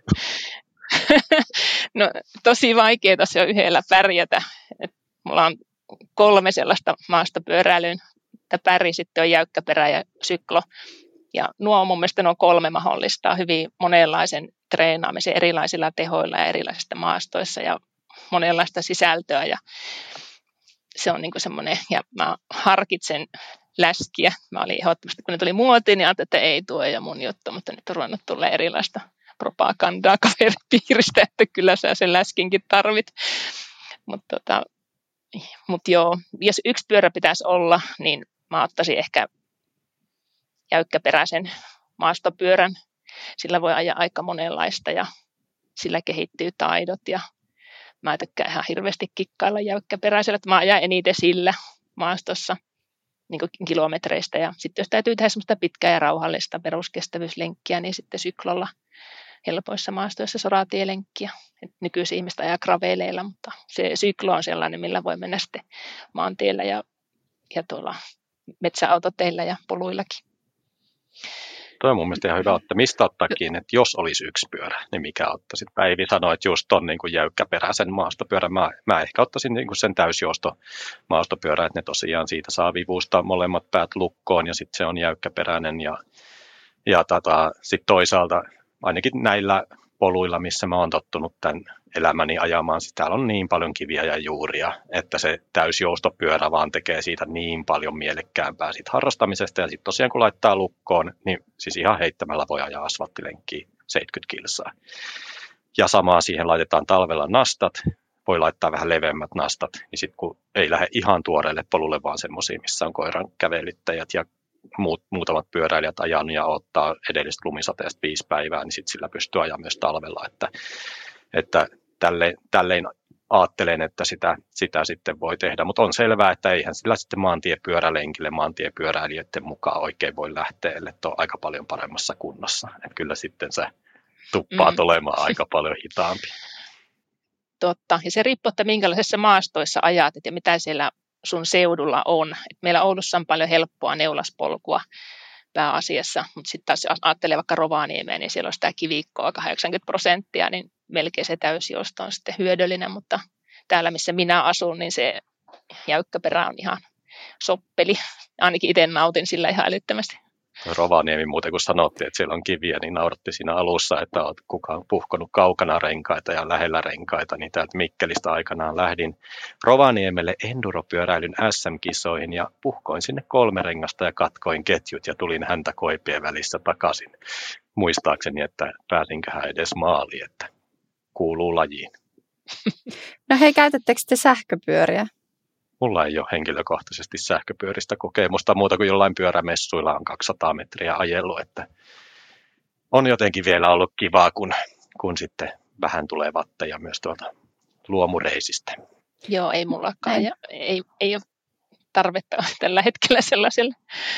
No tosi vaikeaa tosiaan yhdellä pärjätä. Et mulla on kolme sellaista maastopyöräilyyn päri, sitten on jäykkäperä ja syklo. Ja nuo on mun mielestä nuo kolme mahdollistaa hyvin monenlaisen treenaamisen erilaisilla tehoilla ja erilaisista maastoissa ja monenlaista sisältöä. Ja se on niinku semmoinen, ja mä harkitsen läskiä. Mä olin ehdottomasti, kun ne tuli muotiin, niin ajattelin, että ei tuo ja mun juttu, mutta nyt on ruvennut tulla erilaista propagandaa kaveripiiristä, että kyllä sä sen läskinkin tarvit. Mutta tota, mut joo, jos yksi pyörä pitäisi olla, niin mä ottaisin ehkä jäykkäperäisen maastopyörän. Sillä voi ajaa aika monenlaista ja sillä kehittyy taidot. Ja mä tykkään ihan hirveästi kikkailla jäykkäperäisellä, että mä ajan eniten sillä maastossa niin kuin kilometreistä. Ja sitten jos täytyy tehdä semmoista pitkää ja rauhallista peruskestävyyslenkkiä, niin sitten syklolla helpoissa maastoissa soratielenkkiä. Nykyisin ihmiset ajaa graveleilla, mutta se syklo on sellainen, millä voi mennä sitten maantiellä ja, ja tuolla metsäautoteillä ja poluillakin. Tuo on mun mielestä ihan hyvä, että mistä ottaa kiinni, että jos olisi yksi pyörä, niin mikä ottaisit? Päivi sanoi, että just ton niin kuin jäykkäperäisen maastopyörän. Mä, mä ehkä ottaisin niin kuin sen täysjousto maastopyörän, että ne tosiaan siitä saa vivusta molemmat päät lukkoon ja sitten se on jäykkäperäinen. Ja, ja tota, sitten toisaalta ainakin näillä poluilla, missä mä oon tottunut tämän elämäni ajamaan, siis täällä on niin paljon kiviä ja juuria, että se täysjoustopyörä vaan tekee siitä niin paljon mielekkäämpää siitä harrastamisesta. Ja sitten tosiaan kun laittaa lukkoon, niin siis ihan heittämällä voi ajaa asfalttilenkkiä seitsemänkymmentä kilsaa. Ja samaa siihen laitetaan talvella nastat, voi laittaa vähän leveämmät nastat, niin sitten kun ei lähde ihan tuoreelle polulle, vaan semmoisia, missä on koiran kävelyttäjät ja muut, muutamat pyöräilijät ajanut ja ottaa edellisestä lumisateesta viisi päivää, niin sitten sillä pystyy ajaa myös talvella, että, että tälleen, tälleen ajattelen, että sitä, sitä sitten voi tehdä, mutta on selvää, että eihän sillä sitten maantiepyörälenkille maantiepyöräilijöiden mukaan oikein voi lähteä, että on aika paljon paremmassa kunnossa, että kyllä sitten se tuppaat mm. olemaan aika paljon hitaampi. Totta, ja se riippuu, että minkälaisessa maastoissa ajat ja mitä siellä sun seudulla on. Et meillä Oulussa on paljon helppoa neulaspolkua pääasiassa, mutta sitten taas jos ajattelee vaikka Rovaniemeen, niin siellä on sitä kivikkoa kahdeksankymmentä prosenttia, niin melkein se täysjousto on sitten hyödyllinen, mutta täällä missä minä asun, niin se jäykkäperä on ihan soppeli. Ainakin itse nautin sillä ihan älyttömästi. Rovaniemi muuten, kun sanottiin, että siellä on kiviä, niin nauratti siinä alussa, että olet kukaan puhkonut kaukana renkaita ja lähellä renkaita, niin täältä Mikkelistä aikanaan lähdin Rovaniemelle enduropyöräilyn äs äm-kisoihin ja puhkoin sinne kolme rengasta ja katkoin ketjut ja tulin häntä koipien välissä takaisin. Muistaakseni, että pääsinköhän edes maaliin, että kuuluu lajiin. No hei, käytättekö te sähköpyöriä? Mulla ei ole henkilökohtaisesti sähköpyöristä kokemusta muuta kuin jollain pyörämessuilla on kaksisataa metriä ajellut, että on jotenkin vielä ollut kivaa, kun, kun sitten vähän tulee vatteja myös tuolta luomureisistä. Joo, ei mullakaan ja ei, ei ole tarvetta tällä hetkellä sellaiselle.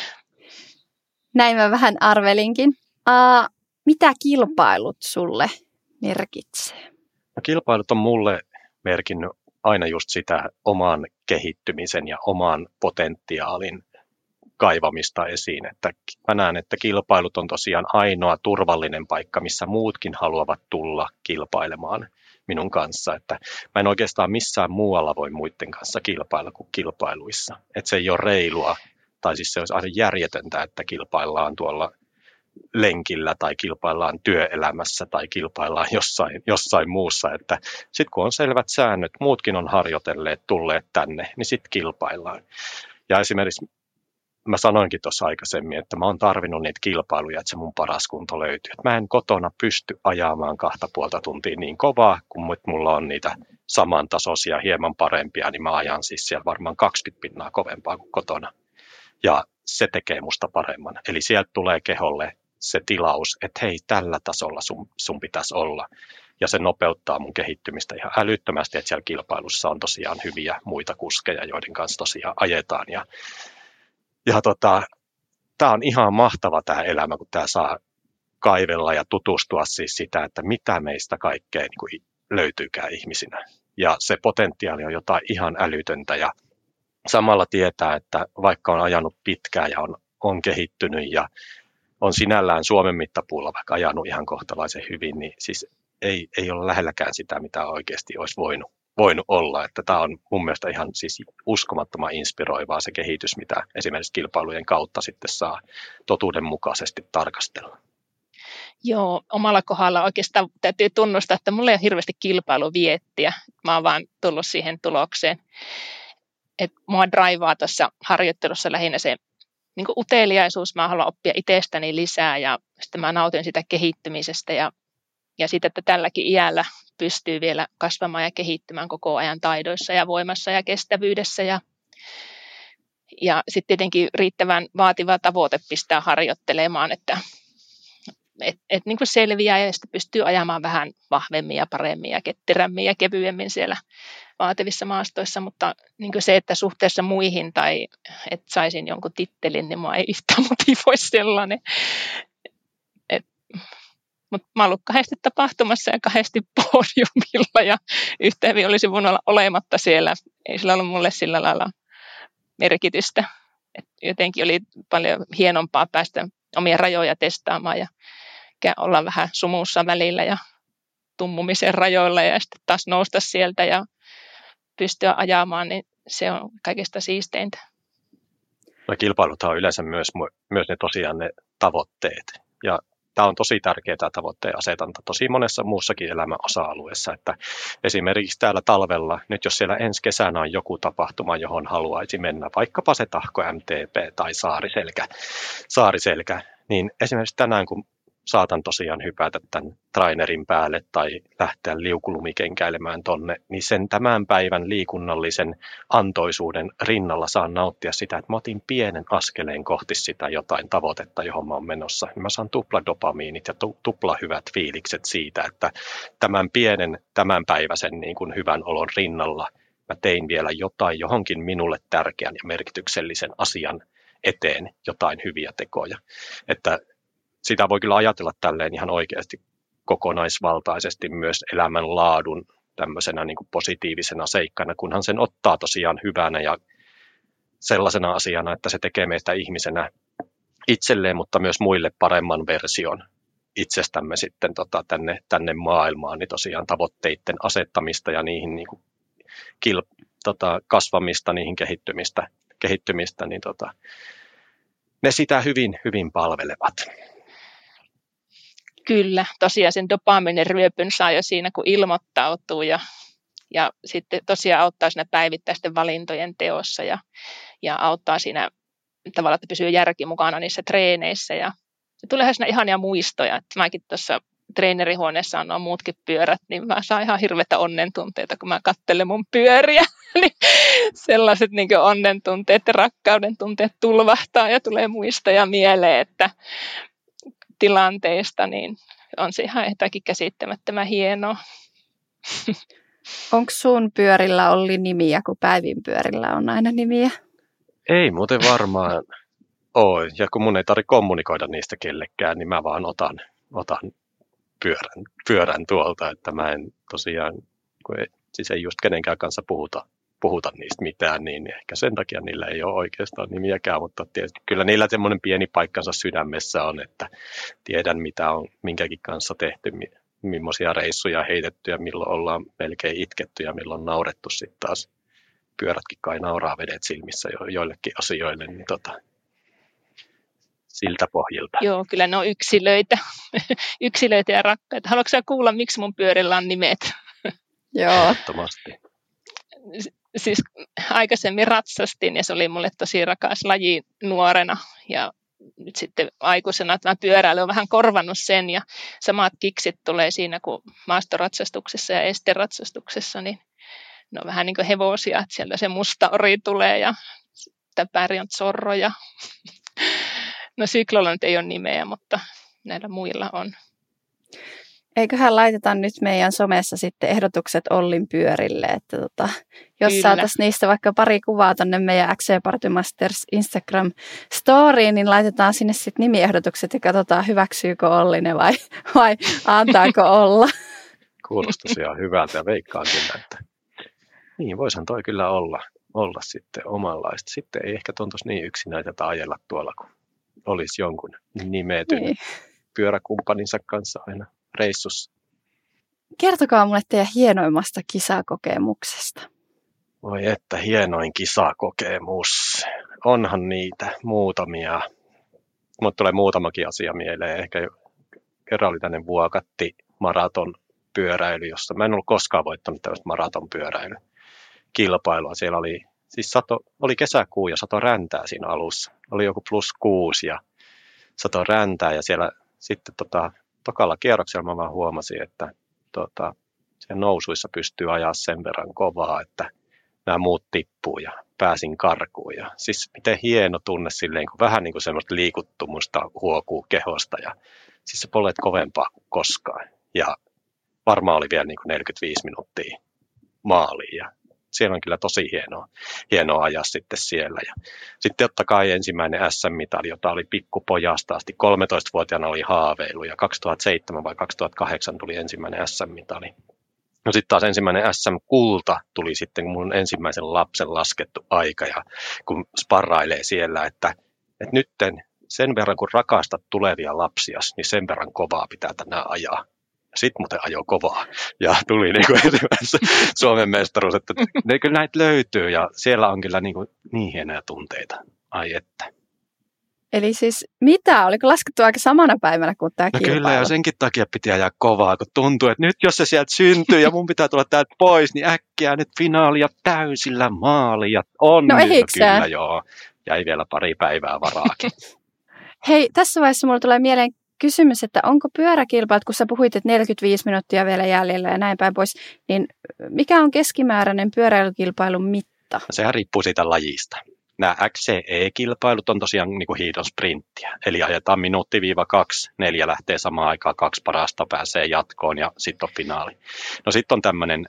Näin mä vähän arvelinkin. Uh, mitä kilpailut sulle merkitsee? No, kilpailut on mulle merkinnyt aina just sitä oman kehittymisen ja oman potentiaalin kaivamista esiin. Että mä näen, että kilpailut on tosiaan ainoa turvallinen paikka, missä muutkin haluavat tulla kilpailemaan minun kanssa. Että mä en oikeastaan missään muualla voi muiden kanssa kilpailla kuin kilpailuissa. Että se ei ole reilua, tai siis se olisi aina järjetöntä, että kilpaillaan tuolla lenkillä tai kilpaillaan työelämässä tai kilpaillaan jossain, jossain muussa. Että sitten kun on selvät säännöt, muutkin on harjoitelleet, tulleet tänne, niin sitten kilpaillaan. Ja esimerkiksi mä sanoinkin tuossa aikaisemmin, että mä oon tarvinnut niitä kilpailuja, että se mun paras kunto löytyy. Että mä en kotona pysty ajamaan kahta puolta tuntia niin kovaa, kun mulla on niitä samantasoisia, hieman parempia, niin mä ajan siis siellä varmaan kaksikymmentä pinnaa kovempaa kuin kotona. Ja se tekee musta paremman. Eli sieltä tulee keholle se tilaus, että hei, tällä tasolla sun, sun pitäisi olla. Ja se nopeuttaa mun kehittymistä ihan älyttömästi, että siellä kilpailussa on tosiaan hyviä muita kuskeja, joiden kanssa tosiaan ajetaan. Ja, ja tota, tää on ihan mahtava tämä elämä, kun tää saa kaivella ja tutustua siis sitä, että mitä meistä kaikkea niin kuin löytyykään ihmisinä. Ja se potentiaali on jotain ihan älytöntä ja samalla tietää, että vaikka on ajanut pitkään ja on, on kehittynyt ja on sinällään Suomen mittapuulla vaikka ajanut ihan kohtalaisen hyvin, niin siis ei, ei ole lähelläkään sitä, mitä oikeasti olisi voinut, voinut olla. Että tämä on mun mielestä ihan siis uskomattoman inspiroivaa se kehitys, mitä esimerkiksi kilpailujen kautta sitten saa totuudenmukaisesti tarkastella. Joo, omalla kohdalla oikeastaan täytyy tunnustaa, että mulla ei ole hirveästi kilpailuviettiä. Mä oon vaan tullut siihen tulokseen. Että mua draivaa tuossa harjoittelussa lähinnä se niin kuin uteliaisuus. Mä haluan oppia itsestäni lisää ja sitten mä nautin sitä kehittymisestä ja, ja siitä, että tälläkin iällä pystyy vielä kasvamaan ja kehittymään koko ajan taidoissa ja voimassa ja kestävyydessä. Ja, ja sitten tietenkin riittävän vaativa tavoite pistää harjoittelemaan, että et, et niin kuin selviää ja sitten pystyy ajamaan vähän vahvemmin ja paremmin ja ketterämmin ja kevyemmin siellä vaativissa maastoissa, mutta niin kuin se, että suhteessa muihin tai että saisin jonkun tittelin, niin mua ei yhtään motivoi sellainen. Mutta mä oon ollut kahdesti tapahtumassa ja kahdesti podiumilla ja yhtä hyvin olisi voinut olla olematta siellä. Ei sillä ollut mulle sillä lailla merkitystä. Et jotenkin oli paljon hienompaa päästä omia rajoja testaamaan ja olla vähän sumussa välillä ja tummumisen rajoilla ja sitten taas nousta sieltä ja pystyä ajamaan, niin se on kaikista siisteintä. No, kilpailuthan on yleensä myös, myös ne tosiaan ne tavoitteet. Ja tämä on tosi tärkeää tavoitteen asetanta tosi monessa muussakin elämän osa-alueessa. Että esimerkiksi täällä talvella, nyt jos siellä ensi kesänä on joku tapahtuma, johon haluaisi mennä, vaikkapa se Tahko M T B tai Saariselkä, Saariselkä, niin esimerkiksi tänään kun saatan tosiaan hypätä tämän trainerin päälle tai lähteä liukulumikenkäilemään tonne, niin sen tämän päivän liikunnallisen antoisuuden rinnalla saan nauttia sitä, että mä otin pienen askeleen kohti sitä jotain tavoitetta, johon mä oon menossa. Mä saan tupla dopamiinit ja tu- tupla hyvät fiilikset siitä, että tämän pienen tämänpäiväisen niin kuin hyvän olon rinnalla mä tein vielä jotain johonkin minulle tärkeän ja merkityksellisen asian eteen jotain hyviä tekoja. Että sitä voi kyllä ajatella tälleen ihan oikeasti kokonaisvaltaisesti myös elämänlaadun tämmöisenä niin kuin positiivisena seikkana, kunhan sen ottaa tosiaan hyvänä ja sellaisena asiana, että se tekee meistä ihmisenä itselleen, mutta myös muille paremman version itsestämme sitten tota, tänne, tänne maailmaan, niin tosiaan tavoitteiden asettamista ja niihin niin kuin kil, tota, kasvamista, niihin kehittymistä, kehittymistä niin tota, ne sitä hyvin, hyvin palvelevat. Kyllä, tosiaan sen dopaminin ryöpyn saa jo siinä, kun ilmoittautuu ja, ja sitten tosiaan auttaa siinä päivittäisten valintojen teossa ja, ja auttaa siinä tavalla, että pysyy järki mukana niissä treeneissä ja tuleehan siinä ihania muistoja, että mäkin tuossa treenerihuoneessa on nuo muutkin pyörät, niin mä saan ihan hirveätä onnentunteita, kun mä katselen mun pyöriä, niin sellaiset niin onnentunteet ja rakkauden tunteet tulvahtaa ja tulee muistoja mieleen, että tilanteista, niin on se ihan jotakin käsittämättömän hienoa. Onko sun pyörillä Olli nimiä, kun Päivin pyörillä on aina nimiä? Ei muuten varmaan ole. Ja kun mun ei tarvitse kommunikoida niistä kellekään, niin mä vaan otan, otan pyörän, pyörän tuolta, että mä en tosiaan, kun ei, siis ei just kenenkään kanssa puhuta, puhuta niistä mitään, niin ehkä sen takia niillä ei ole oikeastaan nimiäkään, mutta tietysti kyllä niillä semmoinen pieni paikkansa sydämessä on, että tiedän mitä on minkäkin kanssa tehty, millaisia reissuja heitetty ja milloin ollaan melkein itketty ja milloin naurettu sitten taas. Pyörätkin kai nauraa vedet silmissä jo, joillekin asioille, niin tota, siltä pohjilta. Joo, kyllä ne on yksilöitä, yksilöitä ja rakkaita. Haluatko sä kuulla, miksi mun pyörillä on nimet? Joo. Ehdottomasti. Siis aikaisemmin ratsastin ja se oli mulle tosi rakas laji nuorena ja nyt sitten aikuisena tämä pyöräily on vähän korvannut sen ja samat kiksit tulee siinä kuin maastoratsastuksessa ja esteratsastuksessa, niin ne on vähän niin kuin hevosia, että sieltä se musta ori tulee ja täpäri on zorro ja no Syklolla nyt ei ole nimeä, mutta näillä muilla on. Eiköhän laiteta nyt meidän somessa sitten ehdotukset Ollin pyörille, että tota, jos Kyllä. saataisiin niistä vaikka pari kuvaa tonne meidän X C Party Masters Instagram-storiin, niin laitetaan sinne sitten nimiehdotukset ja katsotaan hyväksyykö Olli ne vai, vai antaako olla. Kuulostaa tosiaan hyvältä ja veikkaan kyllä, että niin voisihan toi kyllä olla, olla sitten omanlaista. Sitten ei ehkä tuntuisi niin yksinäitä ajella tuolla, kun olisi jonkun nimetyn Niin. pyöräkumppaninsa kanssa aina reissussa. Kertokaa mulle teidän hienoimmasta kisakokemuksesta. Voi että hienoin kisakokemus. Onhan niitä muutamia. Mulle tulee muutamakin asia mieleen. Ehkä kerran oli tänne Vuokatti maraton pyöräily, jossa mä en ollut koskaan voittanut tällaista maraton pyöräilykilpailua. Siellä oli, siis sato, oli kesäkuu ja sato räntää siinä alussa. Oli joku plus kuusi ja sato räntää ja siellä sitten tota, tokalla kierroksella mä vaan huomasin, että tota, siellä nousuissa pystyy ajaa sen verran kovaa, että nämä muut tippuu ja pääsin karkuun. Ja siis miten hieno tunne silleen, kun vähän niin kuin semmoista liikuttumusta huokuu kehosta ja siis se pollet kovempaa kuin koskaan. Ja varmaan oli vielä niin kuin neljäkymmentäviisi minuuttia maaliin ja siellä on kyllä tosi hienoa, hienoa ajaa sitten siellä. Ja sitten totta kai ensimmäinen S M-mitali, jota oli pikkupojasta asti, kolmetoistavuotiaana oli haaveilu ja kaksituhattaseitsemän vai kaksituhattakahdeksan tuli ensimmäinen S M-mitali. No sitten taas ensimmäinen S M-kulta tuli sitten, kun mun ensimmäisen lapsen laskettu aika ja kun sparrailee siellä, että, että nytten sen verran kun rakastat tulevia lapsias, niin sen verran kovaa pitää tänään ajaa. Sitten muuten ajoi kovaa ja tuli niin kuin ensimmäisessä Suomen mestaruus, että ne kyllä näitä löytyy ja siellä on kyllä niin, kuin niin hienoja tunteita. Ai että. Eli siis mitä? Oliko laskettu aika samana päivänä kuin tämä No kilpailu? kyllä ja senkin takia piti ajaa kovaa, kun tuntuu, että nyt jos se sieltä syntyy ja mun pitää tulla täältä pois, niin äkkiä nyt finaalia täysillä maaliin ja on. No eikö kyllä sä? joo. Jäi vielä pari päivää varaakin. Hei, tässä vaiheessa mulle tulee mieleen kysymys, että onko pyöräkilpailut, kun sä puhuit, että neljäkymmentäviisi minuuttia vielä jäljellä ja näin päin pois, niin mikä on keskimääräinen pyöräilykilpailun mitta? Sehän riippuu siitä lajista. Nämä X C E-kilpailut on tosiaan niin kuin hiidon sprinttiä, eli ajetaan minuutti viiva kaksi, neljä lähtee samaan aikaan, kaksi parasta pääsee jatkoon ja sitten on finaali. No sitten on tämmöinen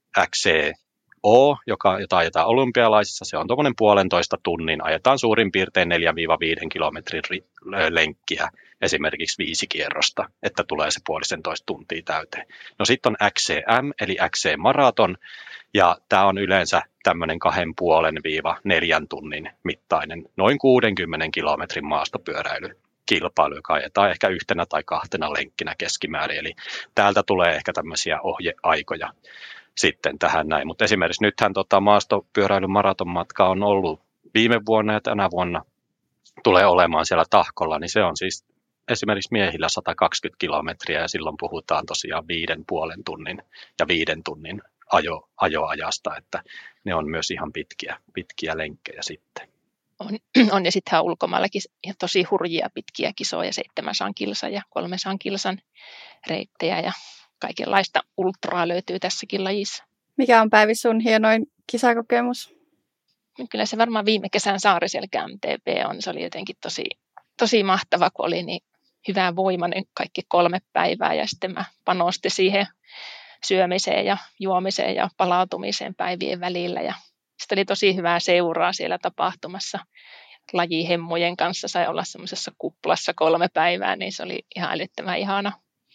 X C O, joka, jota ajetaan olympialaisissa, se on tuommoinen puolentoista tunnin, ajetaan suurin piirtein neljä viiva viisi kilometrin lenkkiä, esimerkiksi viisi kierrosta, että tulee se puolisentoista tuntia täyteen. No sitten on X C M, eli X C-maraton, ja tämä on yleensä tämmöinen kahden puolen viiva neljän tunnin mittainen, noin kuudenkymmenen kilometrin maastopyöräilykilpailu, joka ajetaan ehkä yhtenä tai kahtena lenkkinä keskimäärin, eli täältä tulee ehkä tämmöisiä ohjeaikoja sitten tähän näin, mutta esimerkiksi nythän tota maastopyöräilyn maratonmatka on ollut viime vuonna ja tänä vuonna tulee olemaan siellä Tahkolla, niin se on siis esimerkiksi miehillä sata kaksikymmentä kilometriä ja silloin puhutaan tosiaan viiden puolen tunnin ja viiden tunnin ajo, ajoajasta, että ne on myös ihan pitkiä, pitkiä lenkkejä sitten. On, on ja sittenhän ulkomaillakin tosi hurjia pitkiä kisoja, seitsemänsadan kilsan ja kolmensadan kilsan reittejä ja kaikenlaista ultraa löytyy tässäkin lajissa. Mikä on Päivi sun hienoin kisakokemus? Kyllä se varmaan viime kesän Saariselkä M T B on. Se oli jotenkin tosi, tosi mahtava, kun oli niin hyvä voimainen kaikki kolme päivää ja sitten mä panostin siihen syömiseen ja juomiseen ja palautumiseen päivien välillä. Ja sitten oli tosi hyvää seuraa siellä tapahtumassa. Lajihemmojen kanssa sai olla semmoisessa kuplassa kolme päivää, niin se oli ihan älyttömän ihana.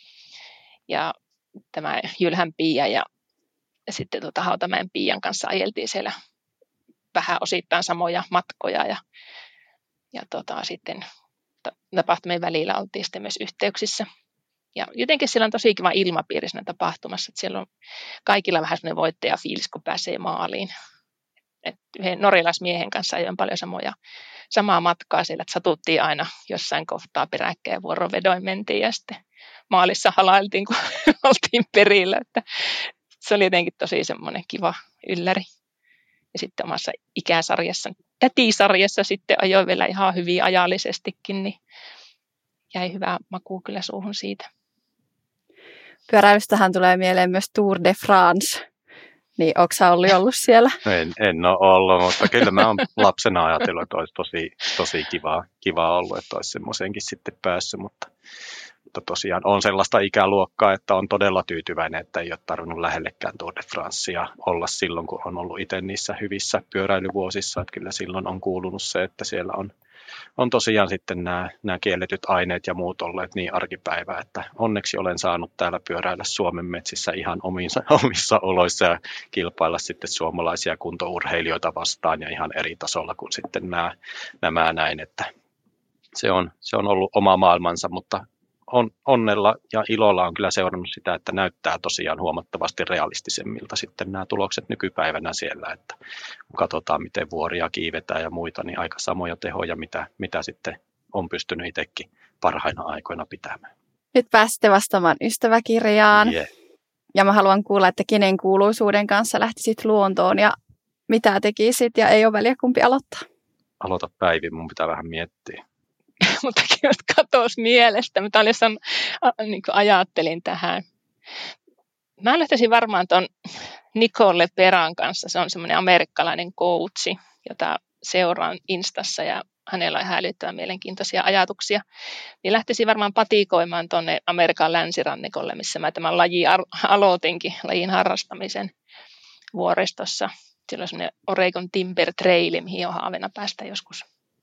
Ja tämä Jylhän Pia ja sitten tuota Hautamäen Pian kanssa ajeltiin siellä vähän osittain samoja matkoja ja, ja tota, sitten tapahtumien välillä oltiin sitten myös yhteyksissä. Ja jotenkin siellä on tosi kiva ilmapiiri siinä tapahtumassa, että siellä on kaikilla vähän sellainen voittajafiilis, kun pääsee maaliin. Et yhden norjalaismiehen kanssa ajoin paljon samoja, samaa matkaa siellä, että satuttiin aina jossain kohtaa peräkkäin ja vuorovedoin mentiin ja sitten maalissa halailtiin, kun oltiin perillä. Että se oli jotenkin tosi semmoinen kiva ylläri. Ja sitten omassa ikäsarjassa, tätisarjassa sitten ajoin vielä ihan hyvin ajallisestikin, niin jäi hyvä maku kyllä suuhun siitä. Pyöräilystähän tulee mieleen myös Tour de France. Niin, onko sä Olli ollut siellä? En, en ole ollut, mutta kyllä mä oon lapsena ajatellut, että olisi tosi, tosi kivaa, kivaa ollut, että olisi semmoiseenkin sitten päässyt, mutta, mutta tosiaan on sellaista ikäluokkaa, että on todella tyytyväinen, että ei ole tarvinnut lähellekään Tour de Francea olla silloin, kun on ollut itse niissä hyvissä pyöräilyvuosissa, että kyllä silloin on kuulunut se, että siellä on On tosiaan sitten nämä, nämä kielletyt aineet ja muut olleet niin arkipäivää, että onneksi olen saanut täällä pyöräillä Suomen metsissä ihan omissa, omissa oloissa ja kilpailla sitten suomalaisia kuntourheilijoita vastaan ja ihan eri tasolla kuin sitten nämä, nämä näin, että se on, se on ollut oma maailmansa, mutta on, onnella ja ilolla on kyllä seurannut sitä, että näyttää tosiaan huomattavasti realistisemmilta sitten nämä tulokset nykypäivänä siellä, että kun katsotaan miten vuoria kiivetään ja muita, niin aika samoja tehoja, mitä, mitä sitten on pystynyt itsekin parhaina aikoina pitämään. Nyt pääsitte vastaamaan ystäväkirjaan Yeah. ja mä haluan kuulla, että kenen kuuluisuuden kanssa lähtisit luontoon ja mitä tekisit ja ei ole väliä kumpi aloittaa. Aloita Päivi, mun pitää vähän miettiä. Mutta katosi mielestä, mitä oli san, niin kuin ajattelin tähän. Mä lähtisin varmaan tuon Nicole Peran kanssa. Se on semmoinen amerikkalainen coachi, jota seuraan Instassa ja hänellä on ihan älyttömän mielenkiintoisia ajatuksia. Niin lähtisin varmaan patikoimaan tuonne Amerikan länsirannikolle, missä mä tämän lajin aloitinkin, lajin harrastamisen vuoristossa. Siellä on semmoinen Oregon Timber Trail, mihin on haaveena päästä joskus.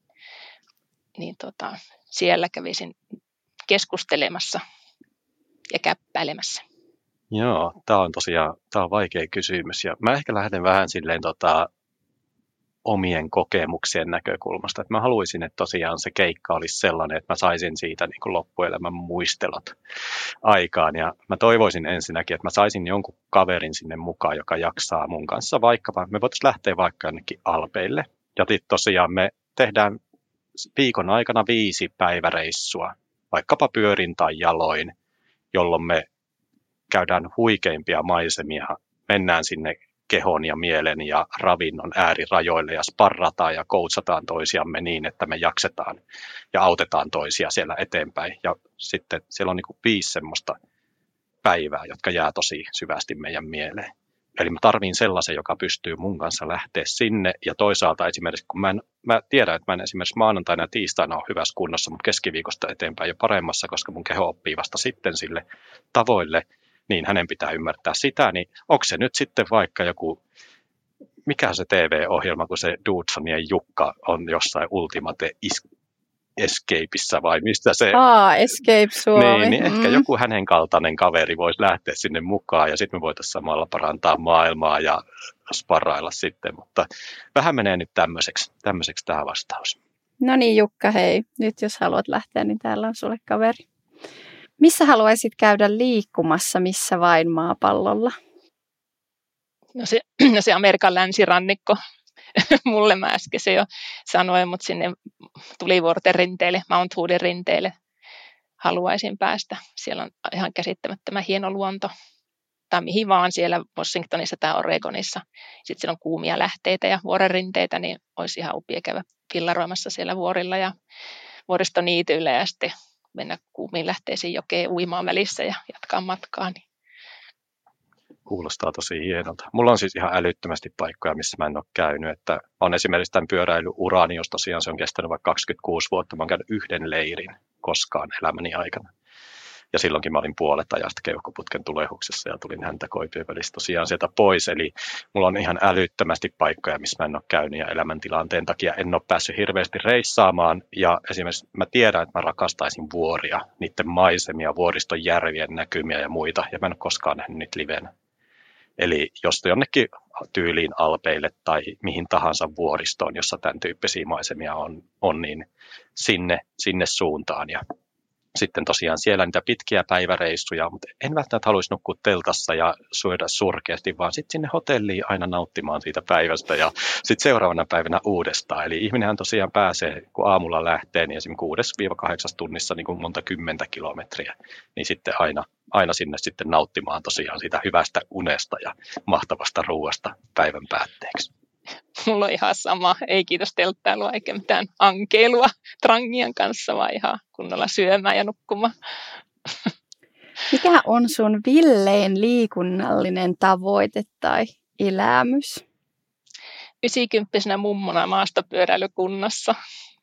Niin tota, siellä kävisin keskustelemassa ja käppäilemässä. Joo, tämä on tosiaan tää on vaikea kysymys ja mä ehkä lähden vähän silleen tota, omien kokemuksien näkökulmasta. Että mä haluaisin, että tosiaan se keikka olisi sellainen, että mä saisin siitä niin kuin loppuelämän muistelot aikaan. Ja mä toivoisin ensinnäkin, että mä saisin jonkun kaverin sinne mukaan, joka jaksaa mun kanssa vaikkapa. Me voitaisiin lähteä vaikka jonnekin Alpeille. Ja tosiaan me tehdään viikon aikana viisi päiväreissua, vaikkapa pyörin tai jaloin, jolloin me käydään huikeimpia maisemia, mennään sinne kehon ja mielen ja ravinnon äärirajoille ja sparrataan ja coachataan toisiamme niin, että me jaksetaan ja autetaan toisia siellä eteenpäin. Ja sitten siellä on niin kuin viisi semmoista päivää, jotka jää tosi syvästi meidän mieleen. Eli mä tarviin sellaisen, joka pystyy mun kanssa lähteä sinne. Ja toisaalta esimerkiksi, kun mä, en, mä tiedän, että mä en esimerkiksi maanantaina ja tiistaina ole hyvässä kunnossa, mutta keskiviikosta eteenpäin jo paremmassa, koska mun keho oppii vasta sitten sille tavoille, niin hänen pitää ymmärtää sitä, niin onko se nyt sitten vaikka joku, mikä se T V-ohjelma, kun se Dudesonien Jukka on jossain Ultimate Escapeissa vai mistä se... Aa, Escape Suomi. Niin, niin mm. ehkä joku hänen kaltainen kaveri voisi lähteä sinne mukaan ja sitten me voitaisiin samalla parantaa maailmaa ja sparrailla sitten, mutta vähän menee nyt tämmöiseksi, tämmöiseksi tämä vastaus. No niin Jukka, hei, nyt jos haluat lähteä, niin täällä on sulle kaveri. Missä haluaisit käydä liikkumassa, missä vain maapallolla? No se, no se Amerikan länsirannikko, mulle mä äsken se jo sanoin, mutta sinne tulivuorten rinteille, Mount Hoodin rinteille haluaisin päästä. Siellä on ihan käsittämättömän hieno luonto, tai mihin vaan siellä Washingtonissa tai Oregonissa. Sitten siellä on kuumia lähteitä ja vuoren rinteitä, niin olisi ihan upea käydä pillaroimassa siellä vuorilla ja vuoristoniityillä ja sitten mennä kuumiin lähteisiin jokeen uimaan välissä ja jatkaa matkaa. Niin. Kuulostaa tosi hienolta. Mulla on siis ihan älyttömästi paikkoja, missä mä en ole käynyt. Että on esimerkiksi tämän pyöräilyurani, jos tosiaan se on kestänyt vaikka kaksikymmentäkuusi vuotta. Mä oon käynyt yhden leirin koskaan elämäni aikana. Ja silloinkin mä olin puolet ajasta keuhkoputken tulehuksessa ja tulin häntä koipien välistä tosiaan sieltä pois. Eli mulla on ihan älyttömästi paikkoja, missä mä en ole käynyt ja elämäntilanteen takia en ole päässyt hirveästi reissaamaan. Ja esimerkiksi mä tiedän, että mä rakastaisin vuoria, niiden maisemia, vuoriston järvien näkymiä ja muita. Ja mä en ole koskaan nähnyt niitä livenä. Eli jos jonnekin tyyliin Alpeille tai mihin tahansa vuoristoon, jossa tämän tyyppisiä maisemia on, on niin sinne, sinne suuntaan. Ja sitten tosiaan siellä niitä pitkiä päiväreissuja, mutta en välttämättä haluaisi nukkua teltassa ja syödä surkeasti, vaan sitten sinne hotelliin aina nauttimaan siitä päivästä ja sitten seuraavana päivänä uudestaan. Eli ihminenhän tosiaan pääsee, kun aamulla lähtee, niin esimerkiksi kuudesta kahdeksaan tunnissa niin kuin monta kymmentä kilometriä, niin sitten aina, aina sinne sitten nauttimaan tosiaan siitä hyvästä unesta ja mahtavasta ruuasta päivän päätteeksi. Mulla on ihan sama, ei kiitos telttailua eikä mitään ankeilua trangian kanssa, vaan ihan kunnolla syömään ja nukkumaan. Mikä on sun villein liikunnallinen tavoite tai elämys? Ysikymppisenä mummona maastopyöräilykunnassa.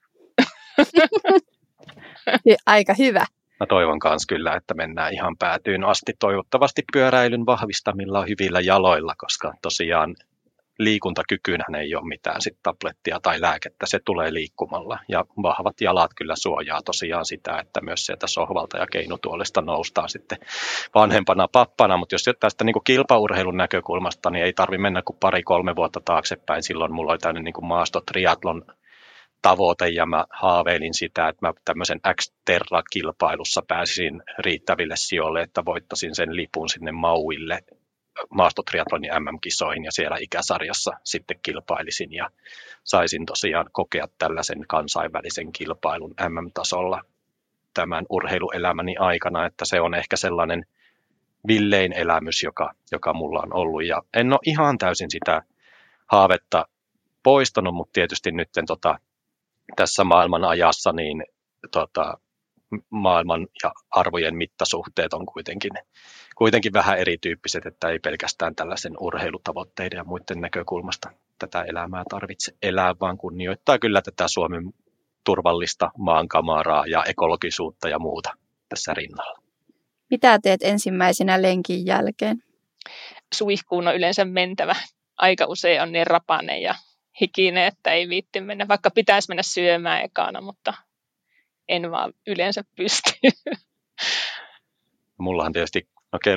Aika hyvä. Mä toivon kanssa kyllä, että mennään ihan päätyyn asti toivottavasti pyöräilyn vahvistamilla hyvillä jaloilla, koska tosiaan liikuntakykyynhän ei ole mitään sit tablettia tai lääkettä, se tulee liikkumalla. Ja vahvat jalat kyllä suojaa tosiaan sitä, että myös sieltä sohvalta ja keinutuolesta noustaan sitten vanhempana pappana. Mutta jos tästä niin kuin kilpaurheilun näkökulmasta, niin ei tarvitse mennä kuin pari-kolme vuotta taaksepäin. Silloin mulla oli tämmöinen niin kuin maastotriatlon tavoite ja mä haaveilin sitä, että mä tämmöisen Xterra-kilpailussa pääsisin riittäville sijoille, että voittasin sen lipun sinne Mauille maastotriatlonin M M-kisoihin ja siellä ikäsarjassa sitten kilpailisin ja saisin tosiaan kokea tällaisen kansainvälisen kilpailun M M-tasolla tämän urheiluelämäni aikana, että se on ehkä sellainen villein elämys, joka, joka mulla on ollut ja en ole ihan täysin sitä haavetta poistanut, mutta tietysti nyt tota, tässä maailman ajassa niin tota, maailman ja arvojen mittasuhteet on kuitenkin, kuitenkin vähän erityyppiset, että ei pelkästään tällaisen urheilutavoitteiden ja muiden näkökulmasta tätä elämää tarvitse elää, vaan kunnioittaa kyllä tätä Suomen turvallista maankamaraa ja ekologisuutta ja muuta tässä rinnalla. Mitä teet ensimmäisenä lenkin jälkeen? Suihkuun on yleensä mentävä. Aika usein on niin rapainen ja hikinen, että ei viitti mennä, vaikka pitäisi mennä syömään ekana, mutta en vaan yleensä pysty. Mullahan tietysti, no kello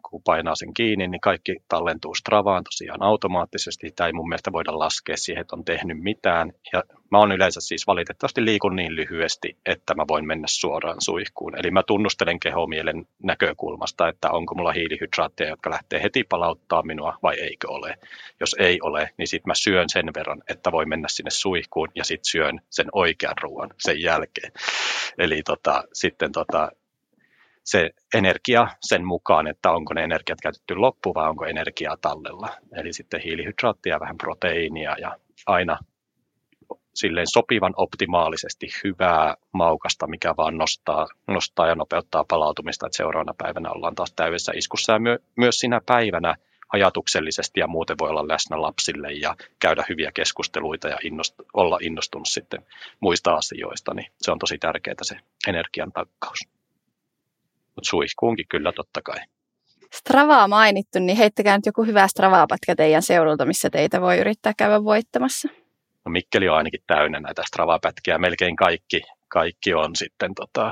kun painaa sen kiinni, niin kaikki tallentuu Stravaan tosiaan automaattisesti. Tämä ei mun mielestä voida laskea siihen, että on tehnyt mitään. Ja mä oon yleensä siis valitettavasti liikun niin lyhyesti, että mä voin mennä suoraan suihkuun. Eli mä tunnustelen kehomielen näkökulmasta, että onko mulla hiilihydraatteja, jotka lähtee heti palauttaa minua vai eikö ole. Jos ei ole, niin sit mä syön sen verran, että voi mennä sinne suihkuun ja sit syön sen oikean ruoan sen jälkeen. Eli tota, sitten tota, se energia sen mukaan, että onko ne energiat käytetty loppuun vai onko energiaa tallella. Eli sitten hiilihydraattia, vähän proteiinia ja aina silleen sopivan optimaalisesti hyvää maukasta, mikä vaan nostaa, nostaa ja nopeuttaa palautumista, että seuraavana päivänä ollaan taas täydessä iskussa. Ja myö, myös sinä päivänä ajatuksellisesti ja muuten voi olla läsnä lapsille ja käydä hyviä keskusteluita ja innost, olla innostunut sitten muista asioista, niin se on tosi tärkeää se energian takkaus. Mutta suihkuunkin kyllä totta kai. Stravaa mainittu, niin heittäkää nyt joku hyvä Stravaa-pätkä teidän seudulta, missä teitä voi yrittää käydä voittamassa. No Mikkeli on ainakin täynnä näitä Strava-pätkiä. Melkein kaikki, kaikki on sitten, tota,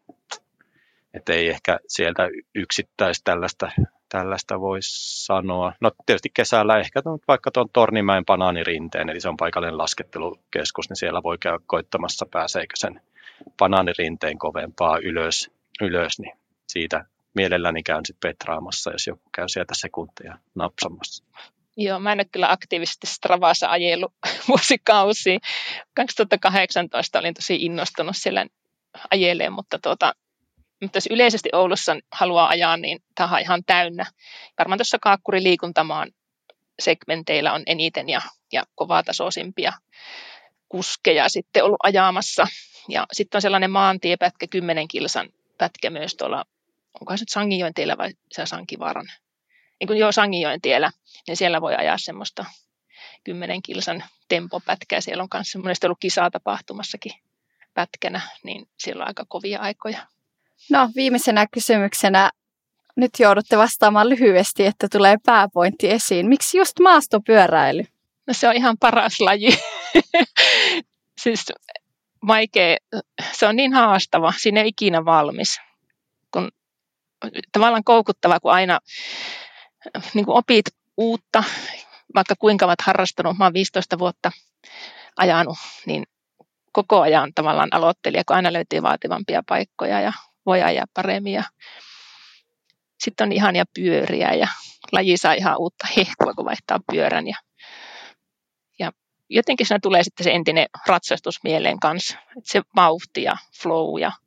että ei ehkä sieltä yksittäistä tällaista, tällaista voisi sanoa. No tietysti kesällä ehkä vaikka tuon Tornimäen banaanirinteen, eli se on paikallinen laskettelukeskus, niin siellä voi käydä koittamassa, pääseekö sen banaanirinteen kovempaa ylös, ylös niin siitä mielelläni käyn sitten petraamassa, jos joku käy sieltä sekunteja napsamassa. Joo, mä en ole kyllä aktiivisesti Stravassa ajellut vuosikausia. kaksituhattakahdeksantoista olin tosi innostunut siellä ajeleen, mutta, tuota, mutta jos yleisesti Oulussa haluaa ajaa, niin tämä on ihan täynnä. Varmaan tuossa Kaakkuri-liikuntamaan segmenteillä on eniten ja, ja kovatasoisimpia kuskeja sitten ollut ajamassa. Ja sitten on sellainen maantiepätkä, kymmenen kilsan pätkä myös tuolla, onko se nyt Sanginjoen tiellä vai se Sankivaaran? Niin kuin joo, Sanginjoen tiellä, niin siellä voi ajaa semmoista kymmenen kilsan tempopätkää. Siellä on myös semmoista ollut kisaa tapahtumassakin pätkänä, niin siellä on aika kovia aikoja. No viimeisenä kysymyksenä, nyt joudutte vastaamaan lyhyesti, että tulee pääpointti esiin. Miksi just maastopyöräily? No se on ihan paras laji. Siis vaikea, se on niin haastava, siinä ei ikinä valmis. Kun, tavallaan koukuttava, kun aina niin kuin opit uutta, vaikka kuinka olet harrastanut, mä oon viisitoista vuotta ajanut, niin koko ajan tavallaan aloittelija, kun aina löytyy vaativampia paikkoja ja voi ajaa paremmin. Ja sitten on ihania pyöriä ja laji saa ihan uutta hehkua, kun vaihtaa pyörän. Ja, ja jotenkin siinä tulee sitten se entinen ratsastus mieleen kanssa, että se vauhti ja flow. Ja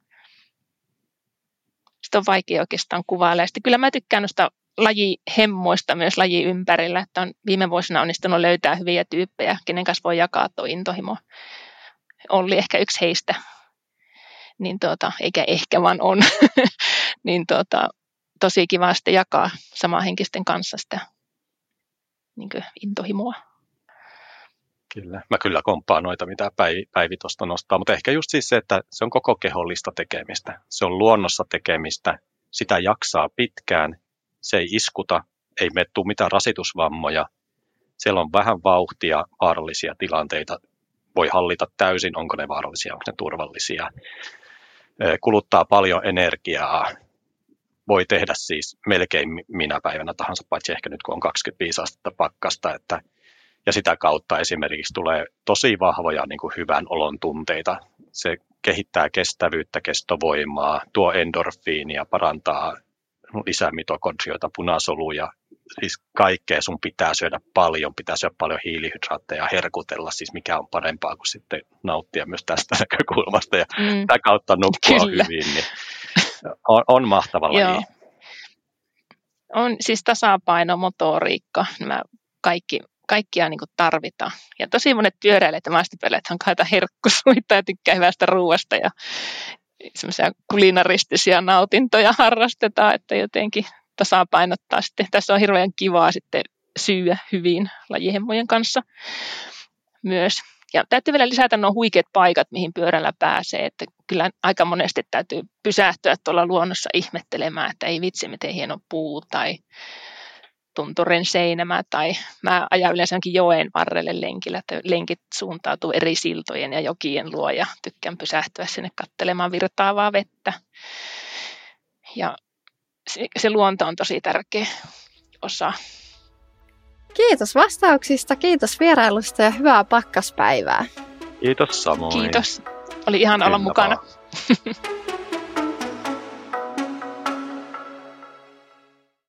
sitten on vaikea oikeastaan kuvailla. Ja sitten kyllä mä tykkään noista lajihemmoista myös laji ympärillä, että on viime vuosina onnistunut löytää hyviä tyyppejä, kenen kanssa voi jakaa tuo intohimo. Olli ehkä yksi heistä, niin tuota, eikä ehkä vaan on, niin tuota, tosi kiva sitten jakaa samanhenkisten kanssa sitä niin kuin intohimoa. Kyllä, mä kyllä komppaan noita, mitä Päivi, Päivi tuosta nostaa, mutta ehkä just siis se, että se on koko kehollista tekemistä. Se on luonnossa tekemistä, sitä jaksaa pitkään, se ei iskuta, ei mene tule mitään rasitusvammoja. Siellä on vähän vauhtia, vaarallisia tilanteita. Voi hallita täysin, onko ne vaarallisia, onko ne turvallisia. Kuluttaa paljon energiaa. Voi tehdä siis melkein minä päivänä tahansa, paitsi ehkä nyt kun on kaksikymmentäviisi astetta pakkasta. Että, ja sitä kautta esimerkiksi tulee tosi vahvoja niin kuin hyvän olon tunteita. Se kehittää kestävyyttä, kestovoimaa, tuo endorfiinia, parantaa lisää mitokondrioita, punasoluja, siis kaikkea sun pitää syödä paljon, pitää syödä paljon hiilihydraatteja ja herkutella, siis mikä on parempaa kuin sitten nauttia myös tästä näkökulmasta ja mm. sitä kautta nukkua Kyllä. hyvin, niin on, on mahtava laji. On siis tasapaino, motoriikka, nämä kaikki, kaikkia niin kuin tarvitaan. Ja tosi monet pyöräilijät ja maastopyöräilijät on kaita herkkusuita ja tykkää hyvästä ruuasta ja semmoisia kulinaristisia nautintoja harrastetaan, että jotenkin tasapainottaa sitten. Tässä on hirveän kivaa sitten syyä hyvin lajihemmojen kanssa myös. Ja täytyy vielä lisätä nuo huikeat paikat, mihin pyörällä pääsee, että kyllä aika monesti täytyy pysähtyä tuolla luonnossa ihmettelemään, että ei vitsi, miten hieno puu tai tunturin seinämä, tai mä ajan yleensä jonkin joen varrelle lenkillä, että lenkit suuntautuu eri siltojen ja jokien luo, ja tykkään pysähtyä sinne katselemaan virtaavaa vettä. Ja se, se luonto on tosi tärkeä osa. Kiitos vastauksista, kiitos vierailusta ja hyvää pakkaspäivää. Kiitos samoin. Kiitos. Oli ihan olla Kyllä mukana. vaan.